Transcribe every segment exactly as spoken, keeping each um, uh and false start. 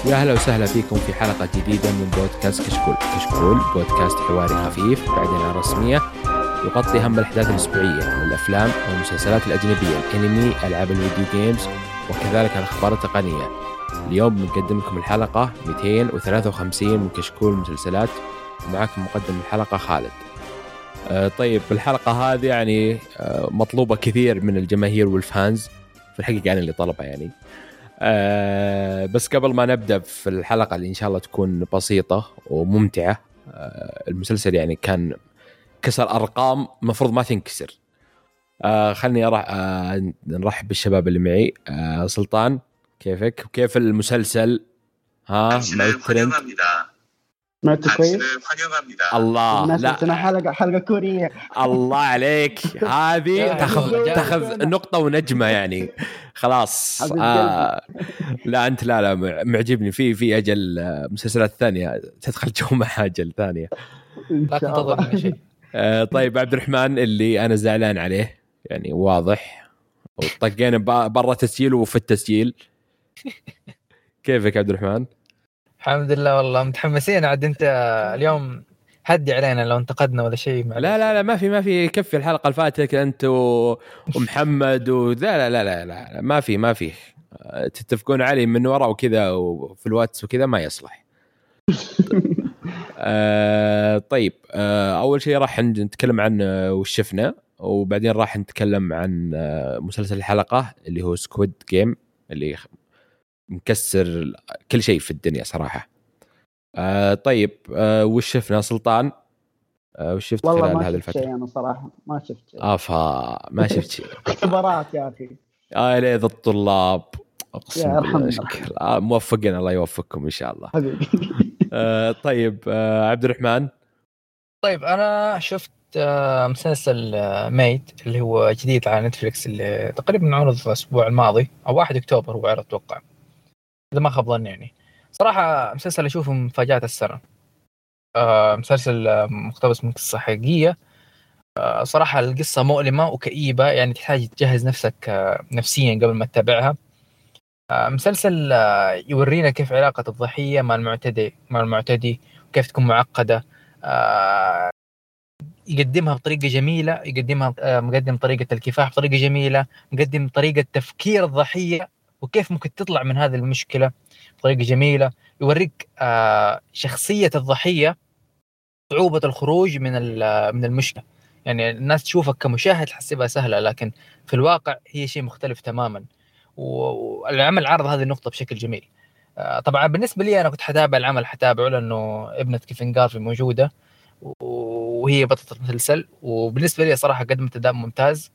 يا أهلا وسهلا فيكم في حلقة جديدة من بودكاست كشكول. كشكول بودكاست حواري خفيف بعدين رسمية يغطي أهم الأحداث الأسبوعية من الأفلام والمسلسلات الأجنبية، الأنمي، ألعاب الفيديو جيمز، وكذلك الأخبار التقنية. اليوم بنقدم لكم الحلقة مئتين وثلاثة وخمسين من كشكول مسلسلات، ومعكم مقدم الحلقة خالد. آه طيب الحلقة هذه يعني آه مطلوبة كثير من الجماهير والفانز، في الحقيقة يعني اللي طلبها يعني آه بس قبل ما نبدأ في الحلقة اللي إن شاء الله تكون بسيطة وممتعة، آه المسلسل يعني كان كسر أرقام مفروض ما تنكسر. آه خلني أروح آه نرحب بالشباب اللي معي. آه سلطان، كيفك وكيف المسلسل؟ ها مع الترند؟ سمعت كويس؟ الله لا سنة حلقة حلقة كورية. الله عليك، هذه تاخذ تاخذ نقطة ونجمة يعني خلاص. آه لا أنت لا لا معجبني في في أجل مسلسلات ثانية تدخل جو مع أجل ثانية، لا تنتظر مني شيء. آه طيب عبد الرحمن اللي أنا زعلان عليه يعني واضح، وطقينا برا تسجيل وفي التسجيل. كيفك عبد الرحمن؟ الحمد لله والله متحمسين. عاد أنت اليوم هدي علينا لو انتقدنا ولا شيء. لا لا لا ما في ما في كفي الحلقة الفاتت أنت ومحمد وذا لا لا لا لا ما في ما في تتفقون علي من وراء وكذا وفي الواتس وكذا ما يصلح. آه طيب آه أول شيء راح نتكلم عن وش شفنا، وبعدين راح نتكلم عن مسلسل الحلقة اللي هو سكويد جيم اللي مكسر كل شيء في الدنيا صراحة. آه طيب آه وش شفنا سلطان؟ آه وش شفت خلال هذه الفترة؟ والله ما شفت شيء، أنا صراحة ما شفت شيء. آفا ما شفت شيء. اختبارات يا أخي. آه ليه ذا الطلاب يا رحمة آه موفقين، الله يوفقكم إن شاء الله. آه طيب آه عبد الرحمن. طيب أنا شفت آه مسلسل آه ميت اللي هو جديد على نتفليكس، اللي تقريبا عرض الأسبوع الماضي أو واحد أكتوبر هو عرض أتوقع إذا ما خاب ظني. يعني صراحة مسلسل أشوفه مفاجأة السنة. آه مسلسل آه مقتبس من قصة حقيقية. آه صراحة القصة مؤلمة وكئيبة، يعني تحتاج تجهز نفسك آه نفسيا قبل ما تتابعها. آه مسلسل آه يورينا كيف علاقة الضحية مع المعتدي مع المعتدي وكيف تكون معقدة. آه يقدمها بطريقة جميلة، يقدمها آه مقدم طريقة الكفاح بطريقة جميلة، مقدم طريقة تفكير الضحية وكيف ممكن تطلع من هذه المشكلة بطريقة جميلة. يوريك آه شخصية الضحية، صعوبة الخروج من من المشكلة. يعني الناس تشوفك كمشاهد تحسبها سهلة، لكن في الواقع هي شيء مختلف تماما. والعمل عرض هذه النقطة بشكل جميل. آه طبعا بالنسبة لي أنا كنت حتابع العمل حتابعه لأنه ابنة كيفن غارفي موجودة وهي بطلة المسلسل، وبالنسبة لي صراحة قدمت أداء ممتاز.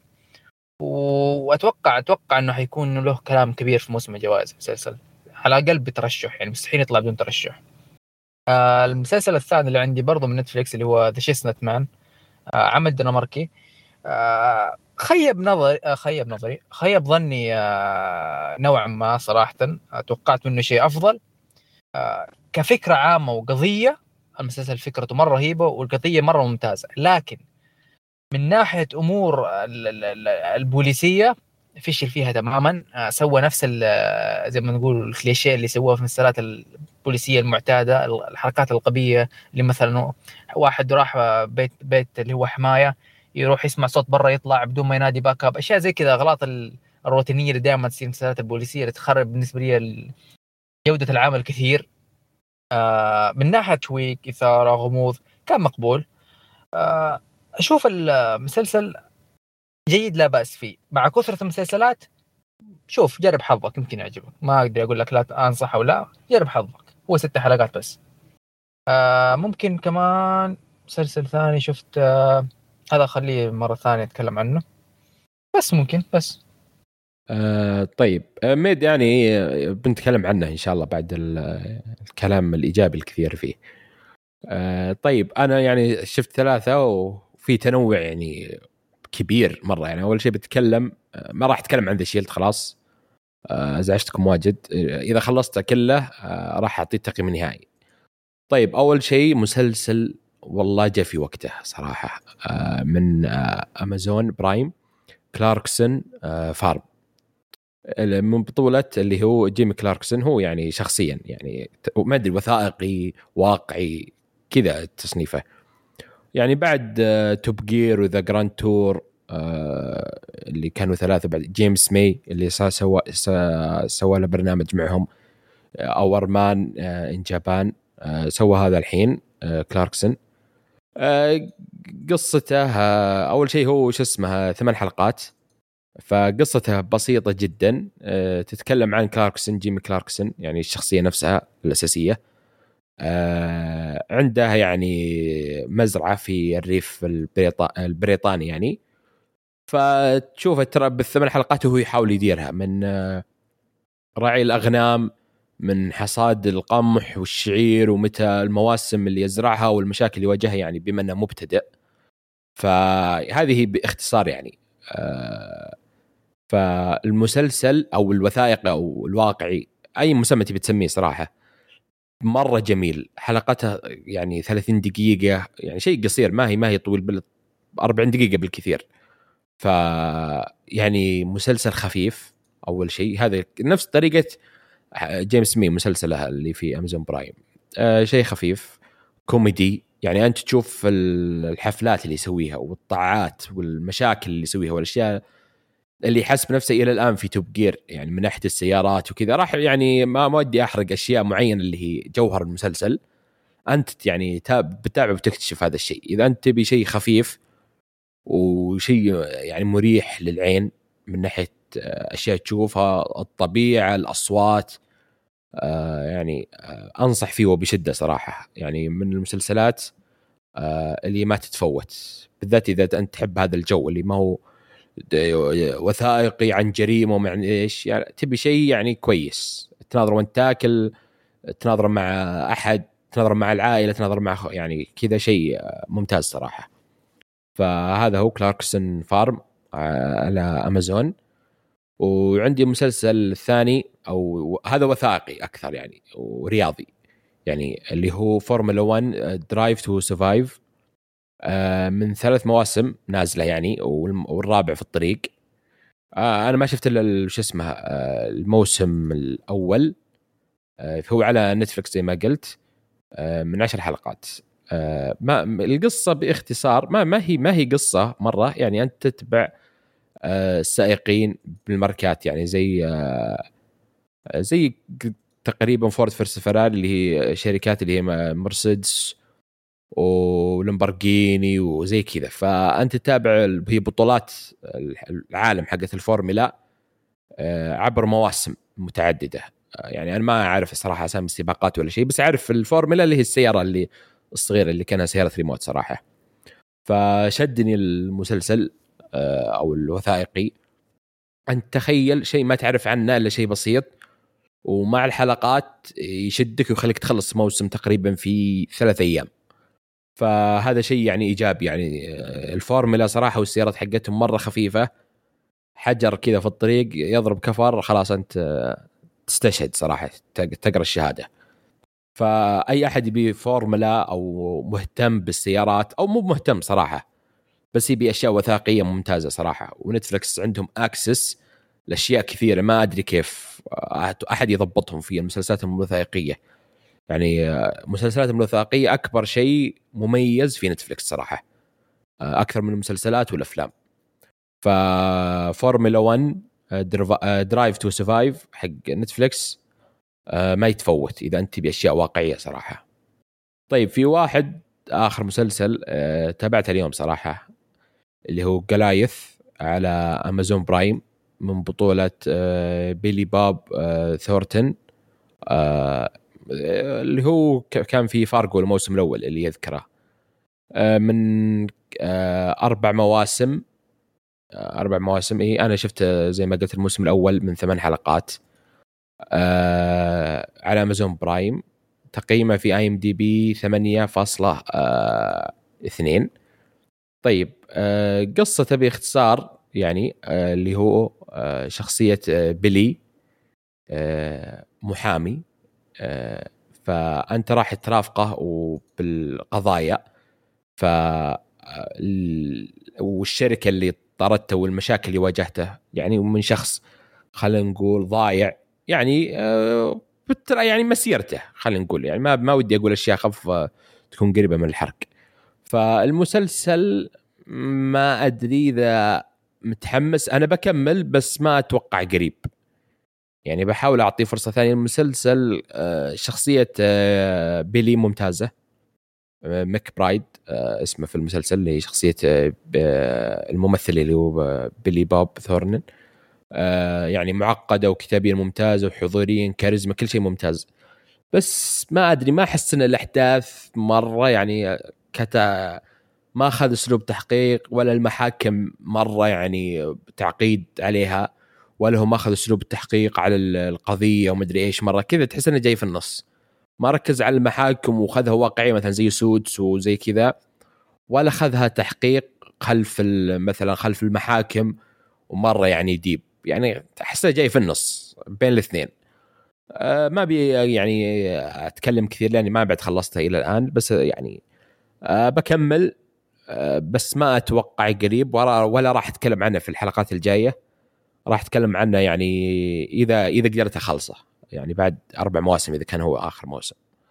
وأتوقع أتوقع أنه حيكون له كلام كبير في موسم الجوائز المسلسل، على الأقل بترشح، يعني مستحيل يطلع بدون ترشح. آه المسلسل الثاني اللي عندي برضو من نتفليكس اللي هو The Chestnut Man، آه عمل دنماركي. آه خيب نظري آه خيب نظري خيب ظني آه نوعا ما صراحة. توقعت منه شيء أفضل. آه كفكرة عامة وقضية المسلسل فكرته مرة رهيبة والقضية مرة ممتازة، لكن من ناحية أمور البوليسية فشل فيها تماما. آه سوى نفس زي ما نقول الكليشيه اللي سووه في مسلسلات البوليسية المعتادة، الحركات الغبية اللي مثلا واحد راح بيت بيت اللي هو حماية يروح يسمع صوت برا يطلع بدون ما ينادي باك اب، أشياء زي كذا، أغلاط الروتينية اللي دائما تصير في مسلسلات البوليسية اللي تخرب بالنسبة لي جودة العمل كثير. آه من ناحية تشويق إثارة غموض كان مقبول. آه أشوف المسلسل جيد لا بأس فيه. مع كثرة المسلسلات شوف جرب حظك يمكن يعجبك، ما أقدر أقول لك لا أنصح أو لا، جرب حظك، هو ست حلقات بس. آه ممكن كمان مسلسل ثاني شفت آه هذا خليه مرة ثانية أتكلم عنه، بس ممكن بس آه طيب آه ميد يعني بنتكلم عنه إن شاء الله بعد الكلام الإيجابي الكثير فيه. آه طيب أنا يعني شفت ثلاثة وفي تنوع يعني كبير مرة. يعني أول شيء بتكلم آه ما راح أتكلم عن ذا شيلد خلاص، آه أزعجتكم واجد. إذا خلصت كله آه راح أعطيه تقييم نهائي. طيب أول شيء مسلسل والله جاء في وقته صراحة، آه من آه أمازون برايم، كلاركسون آه فارم. من بطولة اللي هو جيمي كلاركسون، هو يعني شخصيا يعني ما أدري وثائقي واقعي كذا تصنيفه. يعني بعد توب جير وذا جراند تور اللي كانوا ثلاثة، بعد جيمس ماي اللي سوى سوى له برنامج معهم اور مان ان جابان، سوى هذا الحين كلاركسون. قصته أول شيء هو شو اسمها ثمان حلقات، فقصته بسيطة جدا. تتكلم عن كلاركسون، جيمي كلاركسون يعني الشخصية نفسها الأساسية. عندها يعني مزرعة في الريف البريطاني يعني، فتشوفه ترى بالثمان حلقات وهو يحاول يديرها، من رعي الأغنام، من حصاد القمح والشعير، ومتى المواسم اللي يزرعها والمشاكل اللي يواجهها يعني بما أنه مبتدئ. فهذه باختصار يعني. فالمسلسل أو الوثائقي أو الواقعي أي مسمى تبي تسميه صراحة مرة جميل. حلقتها يعني ثلاثين دقيقة، يعني شيء قصير، ما هي ما هي طويل، بال أربعين دقيقة بالكثير. ف يعني مسلسل خفيف أول شيء، هذا نفس طريقة جيمس مي مسلسلها اللي في أمازون برايم. آه شيء خفيف كوميدي، يعني أنت تشوف الحفلات اللي يسويها والطاعات والمشاكل اللي يسويها والأشياء اللي يحسب نفسه إلى الآن في توب جير، يعني من ناحية السيارات وكذا. راح يعني ما ما ودي أحرق أشياء معينة اللي هي جوهر المسلسل، أنت يعني تاب بتتابع وتكتشف هذا الشيء. إذا أنت تبي شيء خفيف وشيء يعني مريح للعين من ناحية أشياء تشوفها، الطبيعة، الأصوات، آه يعني آه أنصح فيه وبشدة صراحة. يعني من المسلسلات آه اللي ما تتفوت، بالذات إذا أنت تحب هذا الجو اللي ما هو وثائقي عن جريمة ومع إيش، يعني تبي شيء يعني كويس تناظر وانت تاكل، تناظر مع أحد، تناظر مع العائلة، تناظر مع يعني كذا شيء ممتاز صراحة. فهذا هو كلاركسون فارم على أمازون. وعندي مسلسل ثاني أو هذا وثائقي أكثر يعني ورياضي، يعني اللي هو فورمولا واحد درايف تو سرفايف، من ثلاث مواسم نازلة يعني، والرابع في الطريق. أنا ما شفت إلا شو اسمه الموسم الأول، هو على نتفلكس زي ما قلت، من عشر حلقات. ما القصة باختصار ما ما هي ما هي قصة مرة، يعني أنت تتبع السائقين بالماركات، يعني زي زي تقريبا فورد فيرس فيراري اللي هي شركات اللي هي مرسيدس ولمبرغيني وزي كذا. فأنت تتابع هي بطولات العالم حقت الفورمولا عبر مواسم متعددة. يعني أنا ما أعرف الصراحة أسامي السباقات ولا شيء، بس أعرف الفورمولا اللي هي السيارة اللي الصغيرة اللي كانها سيارة ريموت صراحة. فشدني المسلسل أو الوثائقي. أنت تخيل شيء ما تعرف عنه إلا شيء بسيط، ومع الحلقات يشدك ويخليك تخلص موسم تقريبا في ثلاث أيام. فهذا شيء يعني إيجابي. يعني الفورمولا صراحة والسيارات حقتهم مرة خفيفة، حجر كذا في الطريق يضرب كفر خلاص أنت تستشهد صراحة، تقرأ الشهادة. فأي أحد يبي فورمولا أو مهتم بالسيارات أو مو مهتم صراحة بس يبي أشياء وثائقية ممتازة صراحة. ونتفلكس عندهم أكسس لأشياء كثيرة ما أدري كيف أحد يضبطهم في المسلسلات الوثائقية. يعني مسلسلات الوثائقية أكبر شيء مميز في نتفلكس صراحة، أكثر من المسلسلات والأفلام. ففورمولا واحد درايف تو سرفايف حق نتفلكس ما يتفوت إذا أنت بأشياء واقعية صراحة. طيب في واحد آخر مسلسل تابعته اليوم صراحة اللي هو جلايث على أمازون برايم، من بطولة بيلي بوب ثورنتون، اللي هو كان في فارغو الموسم الأول اللي يذكره، من أربع مواسم أربع مواسم إيه أنا شفت زي ما قلت الموسم الأول من ثمان حلقات على أمازون برايم. تقييمه في آي إم دي بي ثمانية فاصلة اثنين. طيب قصته باختصار يعني اللي هو شخصية بيلي محامي، فأنت راح ترافقه وبالقضايا، ف والشركة اللي طردته والمشاكل اللي واجهته، يعني من شخص خلينا نقول ضايع يعني آه بترى يعني مسيرته خلينا نقول يعني ما ما ودي اقول اشياء خف تكون قريبه من الحرق. فالمسلسل ما ادري اذا متحمس، انا بكمل بس ما اتوقع قريب يعني، بحاول اعطيه فرصه ثانيه. المسلسل آه شخصيه آه بيلي ممتازه، آه ميك برايد آه اسمه في المسلسل، اللي هي شخصيه آه الممثل اللي هو بيلي بوب ثورنن. آه يعني معقدة وكتابيا ممتازة وحضوريا كاريزما كل شيء ممتاز، بس ما أدري ما أحس أن الأحداث مرة يعني كتا ما أخذ أسلوب تحقيق، ولا المحاكم مرة يعني تعقيد عليها، ولا هو ما أخذ أسلوب التحقيق على القضية ومدري إيش، مرة كذا تحس أنه جاي في النص، ما ركز على المحاكم وخذها واقعية مثلا زي سودس وزي كذا، ولا خذها تحقيق خلف مثلا خلف المحاكم ومرة يعني ديب، يعني أحسه جاي في النص بين الاثنين. أه ما بي يعني أتكلم كثير لأني ما بعد خلصتها إلى الآن، بس يعني أه بكمل أه بس ما أتوقع قريب، ولا راح أتكلم عنه في الحلقات الجاية، راح أتكلم عنه يعني إذا إذا قدرت أخلصه يعني بعد أربع مواسم إذا كان هو آخر موسم.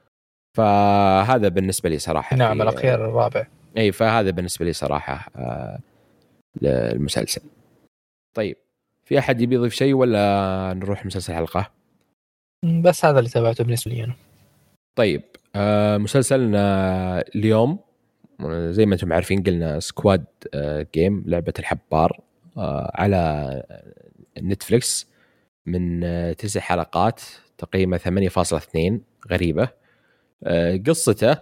فهذا بالنسبة لي صراحة. نعم الأخير الرابع. أي فهذا بالنسبة لي صراحة أه للمسلسل. طيب في أحد يبي يضيف شيء ولا نروح مسلسل حلقة؟ بس هذا اللي تابعته بالنسبة لي أنا. طيب آه مسلسلنا اليوم زي ما أنتم عارفين قلنا سكواد آه جيم، لعبة الحبار آه على نتفليكس، من آه تسع حلقات تقييمه ثمانية فاصلة اثنين، غريبة. آه قصته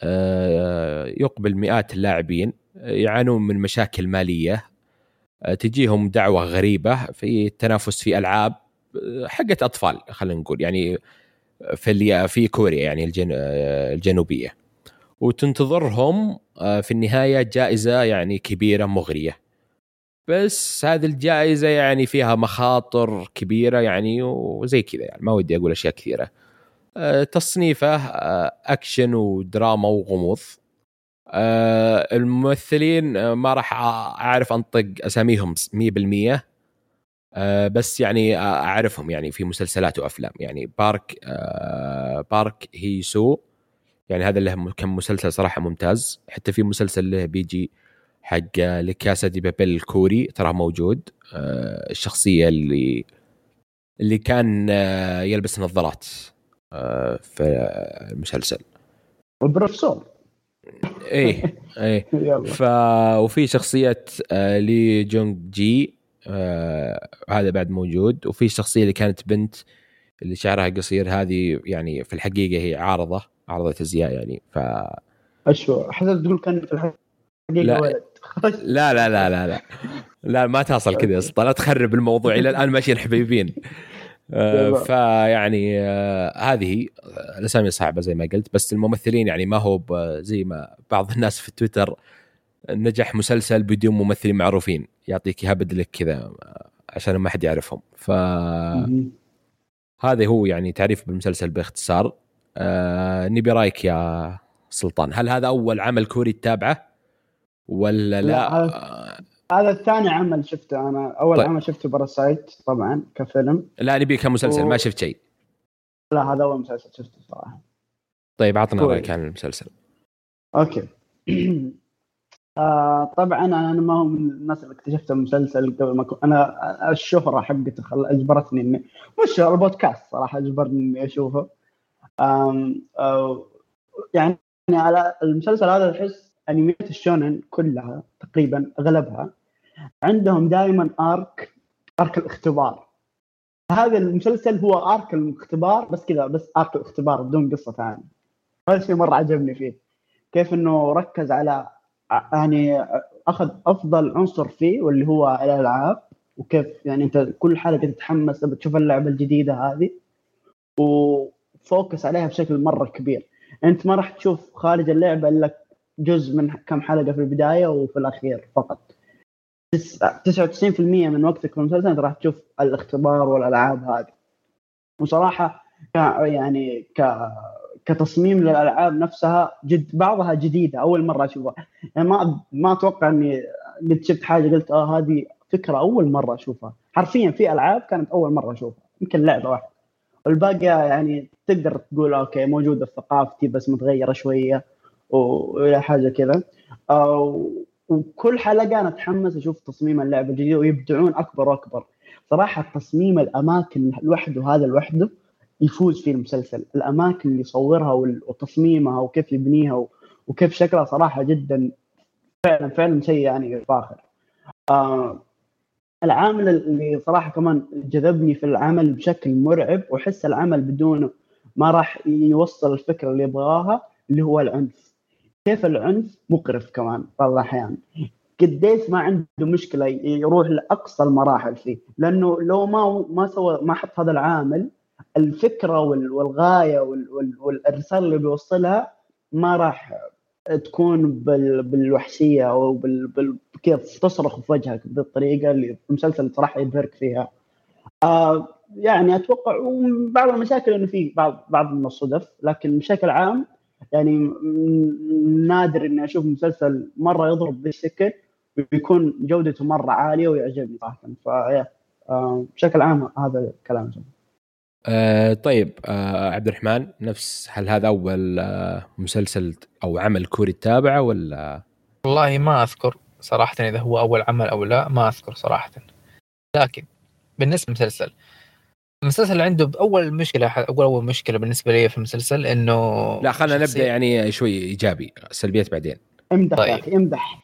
آه يقبل مئات اللاعبين يعانون من مشاكل مالية، تجيهم دعوة غريبة في التنافس في ألعاب حقت أطفال خلينا نقول يعني في في كوريا يعني الجن الجنوبية، وتنتظرهم في النهاية جائزة يعني كبيرة مغرية، بس هذه الجائزة يعني فيها مخاطر كبيرة يعني وزي كذا يعني ما ودي أقول أشياء كثيرة. تصنيفه أكشن ودراما وغموض. آه الممثلين آه ما راح أعرف أنطق أساميهم مية بالمية، آه بس يعني أعرفهم يعني في مسلسلات وأفلام، يعني بارك آه بارك هي سو يعني هذا له كم مسلسل صراحة ممتاز، حتى في مسلسل له بيجي حق لكاسة دي بابل الكوري ترى موجود. آه الشخصية اللي اللي كان آه يلبس نظارات آه في المسلسل البروفيسور. ايه ايه ف وفي شخصيه آه لي جونغ جي آه هذا بعد موجود، وفي الشخصيه اللي كانت بنت اللي شعرها قصير، هذه يعني في الحقيقه هي عارضه عارضه ازياء يعني. ف اشو حسب تقول كان في الحقيقه لا ولد. لا لا لا لا لا لا ما تصل كذا اصلا، لا تخرب الموضوع الى الان ماشيين حبيبين. آه فيعني آه هذه الاسامي صعبه زي ما قلت، بس الممثلين يعني ما هو زي ما بعض الناس في تويتر نجح مسلسل بدون ممثلين معروفين يعطيك هبد لك كذا عشان ما حد يعرفهم. ف هذا هو يعني تعريف بالمسلسل باختصار. آه نبي رايك يا سلطان، هل هذا اول عمل كوري تتابعه ولا لا؟ لا هذا الثاني عمل شفته أنا. أول طيب. عمل شفته باراسايت طبعا كفيلم. لا نبي كمسلسل و... ما شفت شيء. لا هذا أول مسلسل شفته صراحة. طيب عطنا رأيك عن المسلسل. أوكي. آه طبعا أنا ما هو من الناس اللي اكتشفت المسلسل قبل ما كنت أنا. الشهرة حقته خل أجبرتني إني مش البودكاست صراحة أجبرني إني أشوفه. آم أو يعني على المسلسل هذا الحس أنميات الشونن كلها تقريبا أغلبها عندهم دائما آرك آرك الاختبار. هذا المسلسل هو آرك الاختبار بس كذا، بس آرك الاختبار بدون قصة ثانية. هذا الشيء مرة عجبني فيه، كيف إنه ركز على يعني أخذ أفضل عنصر فيه واللي هو الألعاب، وكيف يعني أنت كل حلقة تتحمس بتشوف اللعبة الجديدة هذه وفوكس عليها بشكل مرة كبير. أنت ما راح تشوف خارج اللعبة إلا جزء من كم حلقة في البداية وفي الأخير فقط. تسعة وتسعين بالمئة من وقتك في المسلسل راح تشوف الاختبار والألعاب هذه. وصراحة يعني ك كتصميم للألعاب نفسها جد بعضها جديدة أول مرة أشوفها، يعني ما ما أتوقع إني قد شفت حاجة قلت آه هذه فكرة أول مرة أشوفها. حرفيا في العاب كانت اول مره اشوفها، يمكن لعبه واحده، والباقي يعني تقدر تقول اوكي موجوده في ثقافتي بس متغيره شويه ولا حاجه كذا. وكل حلقه انا اتحمس اشوف تصميم اللعبه الجديده ويبدعون اكبر واكبر صراحه. تصميم الاماكن لوحده هذا لوحده يفوز في المسلسل، الاماكن اللي يصورها وتصميمها وكيف يبنيها وكيف شكلها صراحه جدا فعلا فعلا شيء يعني فاخر. آه العامل اللي صراحه كمان جذبني في العمل بشكل مرعب وحس العمل بدونه ما راح يوصل الفكره اللي يبغاها، اللي هو العنف. كيف العنف مقرف كمان بعض الأحيان، قديش ما عنده مشكلة يروح لأقصى المراحل فيه، لأنه لو ما ما سوى ما حط هذا العامل الفكرة والغاية والرسالة اللي بيوصلها ما راح تكون بالوحشية أو بال كيف تصرخ في وجهك بالطريقة اللي المسلسل صراحة يبهرك فيها. آه يعني أتوقع بعض المشاكل إنه فيه بعض بعض من الصدف، لكن بشكل عام يعني نادر إني أشوف مسلسل مرة يضرب بالشكل ويكون جودته مرة عالية ويعجبني صراحة. فيا آه بشكل عام هذا الكلام. آه طيب آه عبد الرحمن، نفس هل هذا أول آه مسلسل أو عمل كوري تتابعه ولا؟ والله ما أذكر صراحة إذا هو أول عمل أو لا، ما أذكر صراحة. لكن بالنسبة للمسلسل المسلسل عنده أول مشكلة أول أول مشكلة بالنسبة لي في المسلسل إنه لا خلنا نبدأ يعني شوي إيجابي، سلبيات بعدين. امدح طيب. يا أخي امدح.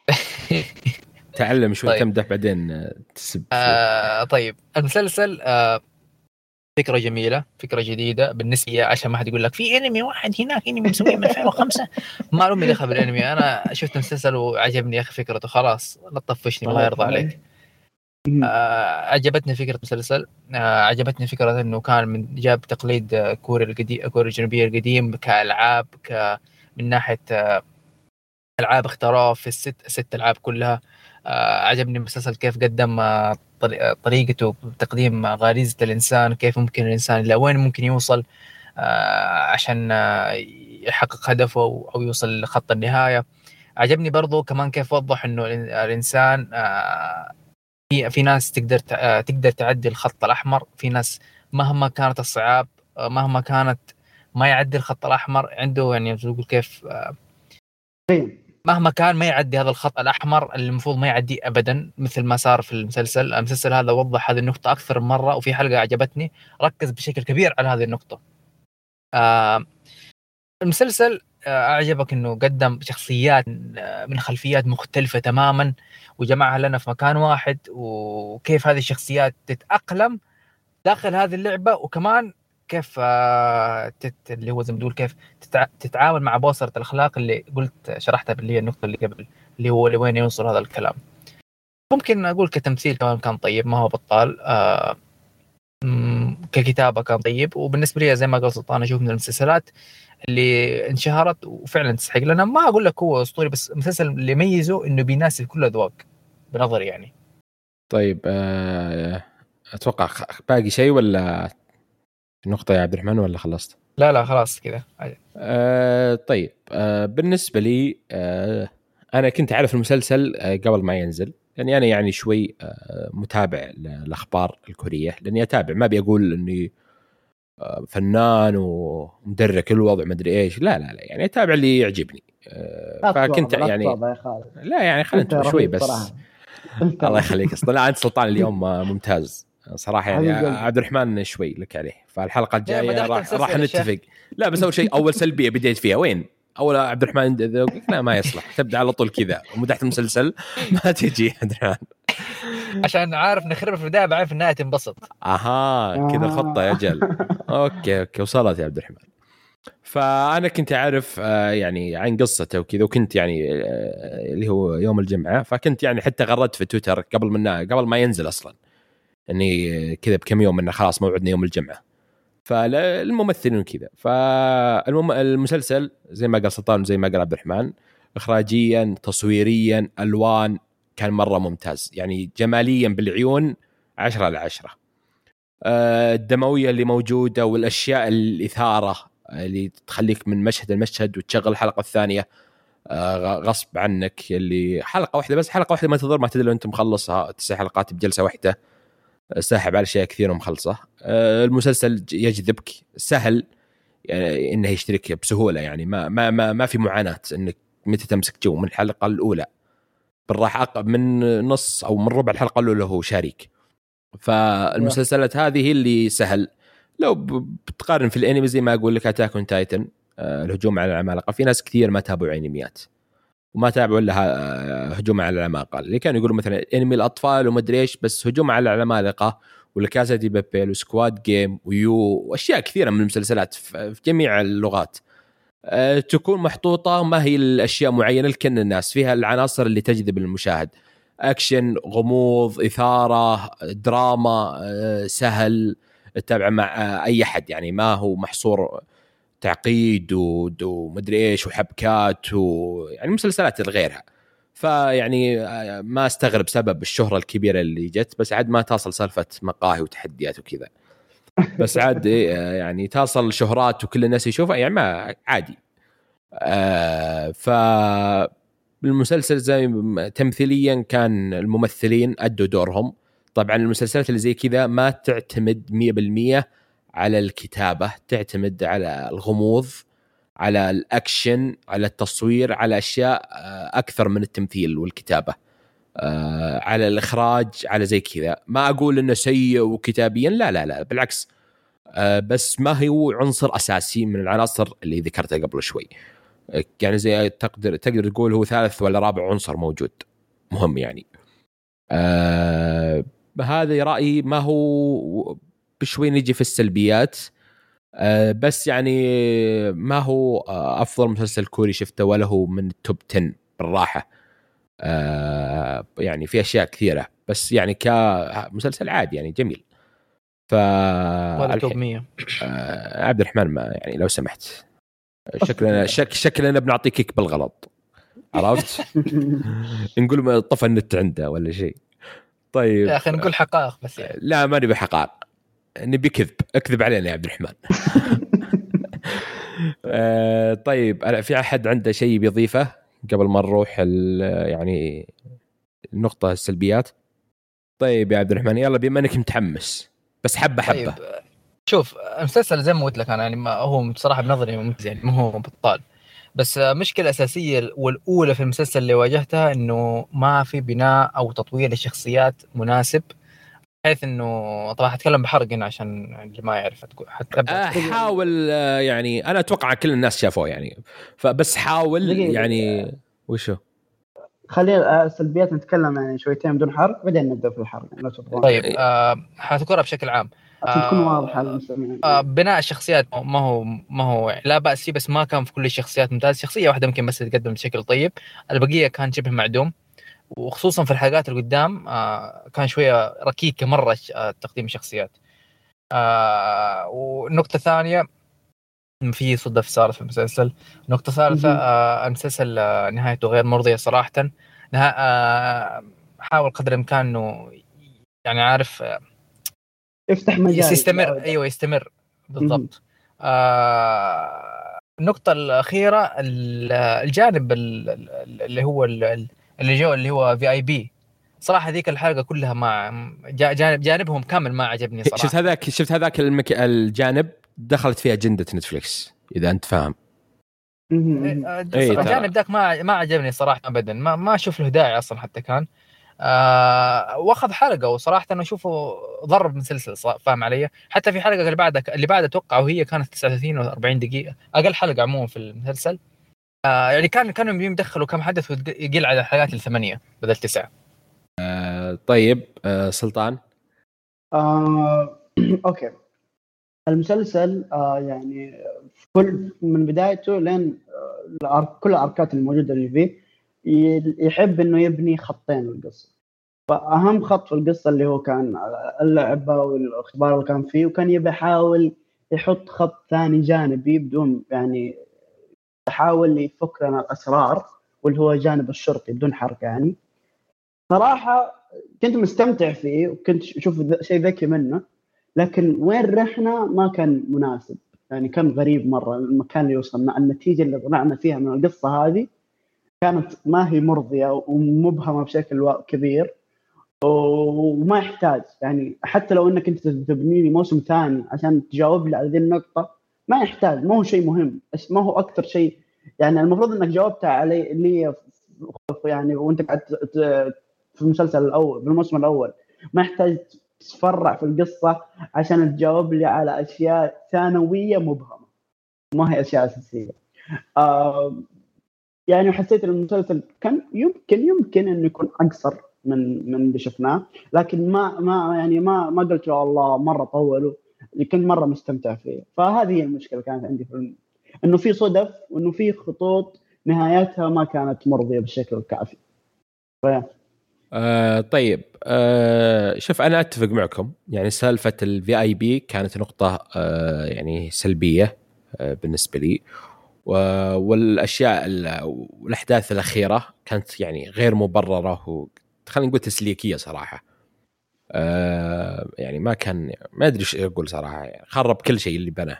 تعلم شوي. طيب. تمدح بعدين تسب. آه طيب المسلسل آه فكرة جميلة، فكرة جديدة بالنسبة لي، عشان ما حد يقول لك في انمي واحد هناك انمي مسويه من ألفين وخمسة ما لهم دخل بالانمي. انا شفت المسلسل وعجبني يا اخي فكرته، خلاص لا تطفشني الله يرضى عليك. آه عجبتني فكرة المسلسل، آه عجبتني فكرة انه كان من جاب تقليد كوريا القديم، كوريا الجنوبية القديم كالعاب، ك من ناحية آه العاب اختراف في الست ست العاب كلها. آه عجبني المسلسل كيف قدم آه طريقته بتقديم غريزة الإنسان، كيف ممكن الإنسان إلى وين ممكن يوصل آه عشان آه يحقق هدفه أو يوصل لخط النهاية. عجبني برضو كمان كيف وضح إنه الإنسان آه في في ناس تقدر آه تقدر تعدي الخط الأحمر، في ناس مهما كانت الصعاب آه مهما كانت ما يعدي الخط الأحمر عنده، يعني يقول كيف آه مهما كان ما يعدي هذا الخط الأحمر اللي المفروض ما يعدي أبدا، مثل ما صار في المسلسل. المسلسل هذا وضح هذه النقطة أكثر من مرة، وفي حلقة عجبتني ركز بشكل كبير على هذه النقطة. آه المسلسل آه أعجبك أنه قدم شخصيات آه من خلفيات مختلفة تماما وجمعها لنا في مكان واحد، وكيف هذه الشخصيات تتأقلم داخل هذه اللعبة، وكمان كيف آه تت... اللي هو زي ما تقول كيف تتع... تتعامل مع بوصرة الأخلاق اللي قلت شرحتها اللي هي النقطة اللي قبل، اللي هو لوين يوصل هذا الكلام. ممكن أقول كتمثيل كمان كان طيب، ما هو بطال. آه م... ككتابة كان طيب. وبالنسبة لي زي ما قال سلطان أشوف من المسلسلات اللي انشهرت وفعلا تستحق، لأن ما أقول لك هو أسطوري، بس المسلسل اللي يميزه إنه بيناسب كل أذواق بنظري يعني. طيب آه أتوقع باقي شيء ولا نقطة يا عبد الرحمن ولا خلصت؟ لا لا خلاص كذا. آه طيب آه بالنسبة لي آه أنا كنت أعرف المسلسل آه قبل ما ينزل، لأني أنا يعني شوي آه متابع للأخبار الكورية، لأني أتابع، ما بيقول إني آه فنان ومدرك الوضع ما أدري إيش، لا لا لا يعني أتابع اللي يعجبني. آه فكنت يعني لا يعني خلينا شوي بس. الله يخليك اصلا انت سلطان اليوم ممتاز صراحه يعني عبد الرحمن شوي لك عليه، فالحلقه الجايه راح, راح نتفق. لا بس اول شيء اول سلبيه بديت فيها وين اول عبد الرحمن لا ما يصلح تبدا على طول كذا ومدحت المسلسل ما تجي عبد الرحمن عشان عارف نخرب في البدايه بعدين في النهايه تنبسط. اها كذا الخطه يا جل. اوكي اوكي وصلت يا عبد الرحمن. فأنا كنت أعرف يعني عن قصته وكذا، وكنت يعني اللي هو يوم الجمعة، فكنت يعني حتى غردت في تويتر قبل منه قبل ما ينزل أصلا إني كذا بكم يوم إنه خلاص موعدنا يوم الجمعة. فالممثلين كذا، فالمسلسل زي ما قال سلطان وزي ما قال عبد الرحمن، إخراجيا تصويريا ألوان كان مرة ممتاز، يعني جماليا بالعيون عشرة على عشرة. الدموية اللي موجودة والأشياء الإثارة اللي تخليك من مشهد لمشهد وتشغل الحلقة الثانية غصب عنك، اللي حلقة واحدة بس حلقة واحدة ما تضر ما تدري لو أنت مخلصها تسع حلقات بجلسة واحدة. ساحب على أشياء كثيرة ومخلصة. المسلسل يجذبك، سهل يعني إنه يشترك بسهولة، يعني ما ما ما ما في معاناة إنك متى تمسك جو من الحلقة الأولى، بالراحة من نص أو من ربع الحلقة الأولى هو شارك. فالمسلسلات هذه اللي سهل. لو بتقارن في الأنمي زي ما أقول لك أتاك أون تايتن، الهجوم على العمالقة، في ناس كثير ما تابعوا أنميات وما تابعوا لها هجوم على العمالقة، اللي كانوا يقولوا مثلا أنمي الأطفال ومدري إيش، بس هجوم على العمالقة والكاسا دي بابيل وسكواد جيم ويو وأشياء كثيرة من المسلسلات في جميع اللغات أه تكون محطوطة ما هي الأشياء معينة لكل الناس، فيها العناصر اللي تجذب المشاهد، أكشن، غموض، إثارة، دراما، أه سهل تتابع مع أه أي حد، يعني ما هو محصور تعقيد ومدري إيش وحبكات ويعني مسلسلات غيرها. فيعني ما استغرب سبب الشهرة الكبيرة اللي جت، بس عاد ما تصل سالفة مقاهي وتحديات وكذا، بس عاد يعني تصل شهرات وكل الناس يشوفها، يعني ما عادي. آه فالمسلسل زي تمثيليا كان الممثلين أدوا دورهم. طبعا المسلسلات اللي زي كذا ما تعتمد مية بالمية على الكتابة، تعتمد على الغموض، على الأكشن، على التصوير، على أشياء أكثر من التمثيل والكتابة، على الإخراج، على زي كذا. ما أقول إنه سيء وكتابيا، لا لا لا بالعكس، بس ما هو عنصر أساسي من العناصر اللي ذكرتها قبل شوي، يعني زي تقدر تقدر تقول هو ثالث ولا رابع عنصر موجود مهم يعني. هذا رأيي. ما هو بشوي نجي في السلبيات، أه بس يعني ما هو أفضل مسلسل كوري شفته ولا هو من التوب عشرة بالراحة. أه يعني في أشياء كثيرة، بس يعني كمسلسل عادي يعني جميل. ف ولا توب مية. أه عبد الرحمن، ما يعني لو سمحت، شكلنا شك شكلنا بنعطيك كيك بالغلط، عرفت؟ نقول ما طفى النت عنده ولا شيء. طيب يا أخي نقول حقائق بس يعني. لا ما نبي حقائق، نبي كذب. اكذب علينا يا عبد الرحمن. آه طيب أنا في أحد عنده شيء بيضيفه قبل ما نروح يعني النقطة السلبيات؟ طيب يا عبد الرحمن يلا، بما أنك متحمس بس حبة حبة. طيب شوف المسلسل زي ما قلت لك أنا يعني ما هو بصراحة بنظري ممتاز، يعني ما هو بطال، بس مشكلة أساسية والأولى في المسلسل اللي واجهتها إنه ما في بناء أو تطوير للشخصيات مناسب، بحيث إنه طبعا هتكلم بحرق هنا عشان اللي ما يعرف أه حاول. يعني أنا أتوقع كل الناس شافوه يعني، فبس حاول يعني وشو. خلينا السلبيات نتكلم يعني شويتين بدون حرق، بعدين نبدأ في الحرق يعني. طيب آه حذكرها بشكل عام عشان تكون واضحة للمستمعين. آه بناء الشخصيات ما هو ما هو لا بأس فيه، بس ما كان في كل الشخصيات ممتاز. شخصية واحدة ممكن بس تقدم بشكل طيب، البقية كان شبه معدوم، وخصوصا في الحلقات اللي قدام آه كان شوية ركيكة مرة تقديم الشخصيات. آه والنقطة الثانية في صدف صارت في المسلسل. نقطة ثالثة آه المسلسل آه نهايته غير مرضية صراحة. نها آه حاول قدر الإمكان إنه يعني عارف آه يفتح مجال يستمر. أيوة يستمر بالضبط. آه النقطة الأخيرة الجانب اللي هو اللي جو اللي هو في آي بي صراحة ذيك الحلقة كلها ما جانب جانبهم كامل ما عجبني صراحة. شفت هذاك شفت هذاك المك... الجانب دخلت فيها أجندة نتفليكس إذا أنت فاهم. الجانب ذاك ما ما عجبني صراحة أبدا، ما ما أشوف له داعي أصلا حتى كان آه واخذ حلقة وصراحة أنا أشوفه ضرب مسلسل فاهم علي. حتى في حلقة اللي بعدها اللي بعدها أتوقع وهي كانت تسعة وثلاثين و أربعين دقيقة، أقل حلقة عموما في المسلسل. آه يعني كان كانوا يدخلوا كم حدث ويقل على الحلقات الثمانية بدل تسعة. آه طيب آه سلطان. آه أوكي المسلسل آه يعني كل من بدايته لين آه كل الأركات الموجودة اللي فيه يحب إنه يبني خطين القصة. فأهم خط في القصة اللي هو كان اللعبة والأخبار اللي كان فيه، وكان يبي يحاول يحط خط ثاني جانبي بدون يعني يحاول يفك لنا الأسرار واللي هو جانب الشرطي بدون حرق. يعني صراحة كنت مستمتع فيه وكنت أشوف شيء ذكي منه، لكن وين رحنا ما كان مناسب. يعني كان غريب مرة المكان اللي وصلنا، النتيجة اللي طلعنا فيها من القصة هذه كانت ما هي مرضية ومبهمة بشكل كبير. وما يحتاج يعني حتى لو انك انت تبني لي موسم ثاني عشان تجاوب لي على ذي النقطه، ما يحتاج، ما هو شيء مهم، ما هو اكثر شيء يعني المفروض انك جاوبت علي اللي يعني وانت قاعد في المسلسل الاول بالموسم الاول. ما يحتاج تفرع في القصه عشان تجاوب لي على اشياء ثانويه مبهمه ما هي اشياء اساسيه. آه يعني حسيت المسلسل كان يمكن يمكن انه يكون اقصر من من اللي شفناه، لكن ما ما يعني ما ما قلت يا الله مره طولوا، كنت مره مستمتع فيه. فهذه هي المشكله كانت عندي في الم... انه في صدف وانه في خطوط نهايتها ما كانت مرضيه بالشكل الكافي. ف... آه طيب آه شوف انا اتفق معكم، يعني سالفه الفي اي بي كانت نقطه آه يعني سلبيه آه بالنسبه لي، والاشياء والاحداث الاخيره كانت يعني غير مبرره وخلينا نقول تسليكيه صراحه. آه يعني ما كان ما ادري ايش اقول صراحه، يعني خرب كل شيء اللي بناه.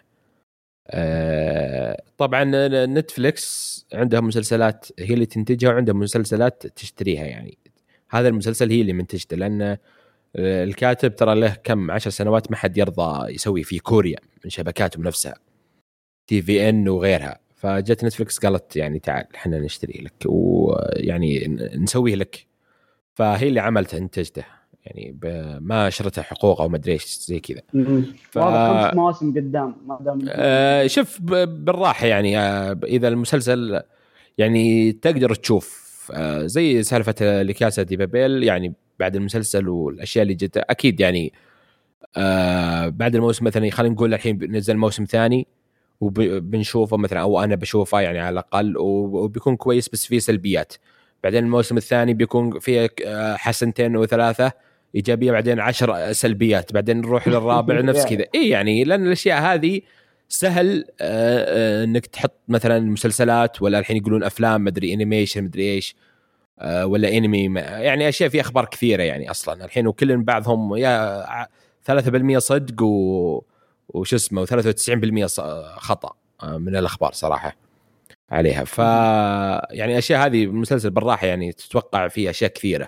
آه طبعا نتفليكس عندها مسلسلات هي اللي تنتجها وعندها مسلسلات تشتريها، يعني هذا المسلسل هي اللي منتجته، لأن الكاتب ترى له كم عشر سنوات ما حد يرضى يسوي في كوريا من شبكاتهم نفسها تي في ان وغيرها. فجت نتفليكس قالت يعني تعال احنا نشتري لك ويعني نسويه لك، فهي اللي عملت انتجته، يعني ما شرتها حقوق او ما ادري ايش زي كذا. ف... خمس مواسم قدام ما دام آه شوف بالراحه يعني آه اذا المسلسل يعني تقدر تشوف آه زي سالفه لكاسا دي بابيل، يعني بعد المسلسل والاشياء اللي جت اكيد يعني آه بعد الموسم مثلا خلينا نقول الحين نزل موسم ثاني وبنشوفه مثلا او انا بشوفه يعني على الاقل وبيكون كويس، بس فيه سلبيات. بعدين الموسم الثاني بيكون فيه حسنتين وثلاثه ايجابيه، بعدين عشر سلبيات، بعدين نروح للرابع نفس كذا. اي يعني لان الاشياء هذه سهل آه انك تحط مثلا مسلسلات ولا الحين يقولون افلام مدري انيميشن مدري ايش آه ولا انمي، يعني اشياء في اخبار كثيره يعني اصلا الحين، وكل بعضهم يا ثلاثة بالمئة صدق و وش اسمه وثلاثة وتسعين بالمئة خطأ من الأخبار صراحة عليها. ف يعني أشياء هذه المسلسل بالراحة يعني تتوقع فيه أشياء كثيرة،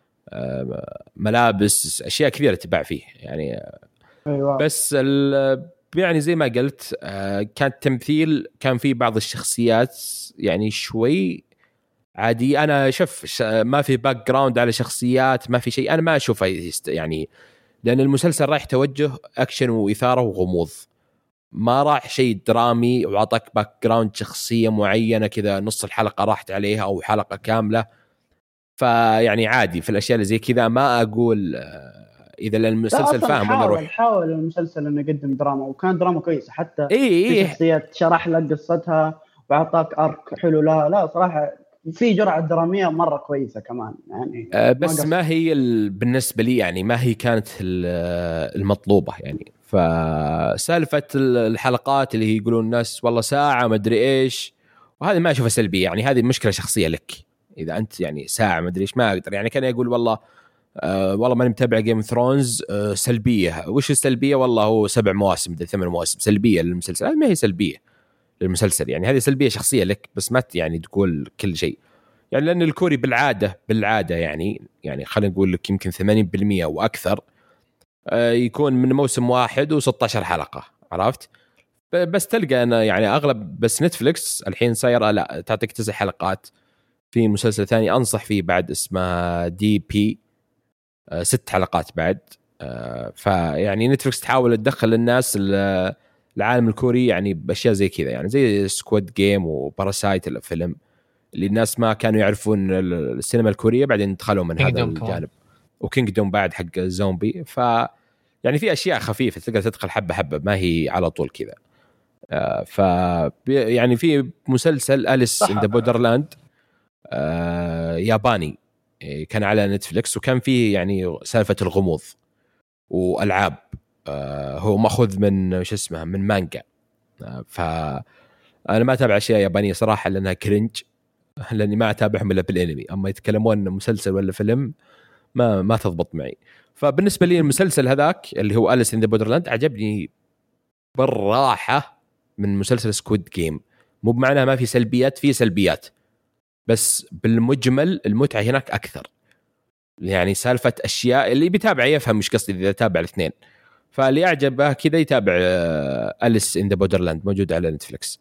ملابس أشياء كثيرة تباع فيه يعني. أيوة. بس يعني زي ما قلت كان تمثيل كان فيه بعض الشخصيات يعني شوي عادي. أنا شوف ما في باك جراوند على شخصيات، ما في شيء، أنا ما أشوفه يعني، لأن المسلسل رايح توجه أكشن وإثارة وغموض، ما راح شيء درامي وعطاك باك جراوند شخصية معينة كذا نص الحلقة راحت عليها أو حلقة كاملة. فيعني عادي في الأشياء اللي زي كذا ما أقول إذا المسلسل فاهم ولا روح. حاول المسلسل إنه يقدم دراما وكان دراما كويسة، حتى إيه في شخصيات شرح لك قصتها وعطاك أرك حلو. لا لا صراحة في جرعة درامية مرة كويسة كمان يعني. أه بس ما, ما هي بالنسبة لي يعني ما هي كانت المطلوبة يعني. فسالفة الحلقات اللي يقولون الناس والله ساعة ما أدري إيش، وهذا ما أشوفه سلبي يعني، هذه مشكلة شخصية لك إذا أنت يعني ساعة ما أدري إيش ما أقدر يعني. كان يقول والله أه والله ما متابع جيم ثرونز أه سلبية. وش السلبية؟ والله هو سبع مواسم ثمان مواسم سلبية للمسلسل، هذه ما هي سلبية للمسلسل يعني، هذه سلبية شخصية لك بس ما يعني تقول كل شيء يعني. لأن الكوري بالعادة بالعادة يعني يعني خلينا نقول لك يمكن ثمانين بالمئة وأكثر يكون من موسم واحد وستة عشر حلقة، عرفت؟ بس تلقى أنا يعني أغلب بس نتفليكس الحين صايرة لا تعطيك تسع حلقات. في مسلسل ثاني أنصح فيه بعد اسمه دي بي ست حلقات بعد. فيعني نتفليكس تحاول تدخل الناس العالم الكوري يعني بأشياء زي كذا يعني، زي سكواد جيم وباراسايت الفيلم اللي الناس ما كانوا يعرفون السينما الكورية بعدين دخلوا من هذا الجانب، وكينغدوم بعد حق الزومبي. ف يعني في أشياء خفيفة تقدر تدخل حبة حبة ما هي على طول كذا. ف يعني في مسلسل أليس إن ذا بودرلاند ياباني كان على نتفليكس وكان فيه يعني سالفة الغموض وألعاب، هو مأخوذ من وش اسمها من مانجا. فأنا ما أتابع أشياء يابانية صراحة لأنها كرنج، لأني ما أتابعهم إلا بالأنمي، أما يتكلمون مسلسل ولا فيلم ما ما تضبط معي. فبالنسبة لي المسلسل هذاك اللي هو أليس إن ذا بودرلاند عجبني بالراحة من مسلسل سكويد جيم. مو بمعنى ما في سلبيات، في سلبيات بس بالمجمل المتعة هناك أكثر. يعني سالفة أشياء اللي بيتابع يفهم مش قصدي إذا تابع الاثنين. فاللي أعجبه كذا يتابع أليس إن ذا بودرلاند موجود على نتفليكس.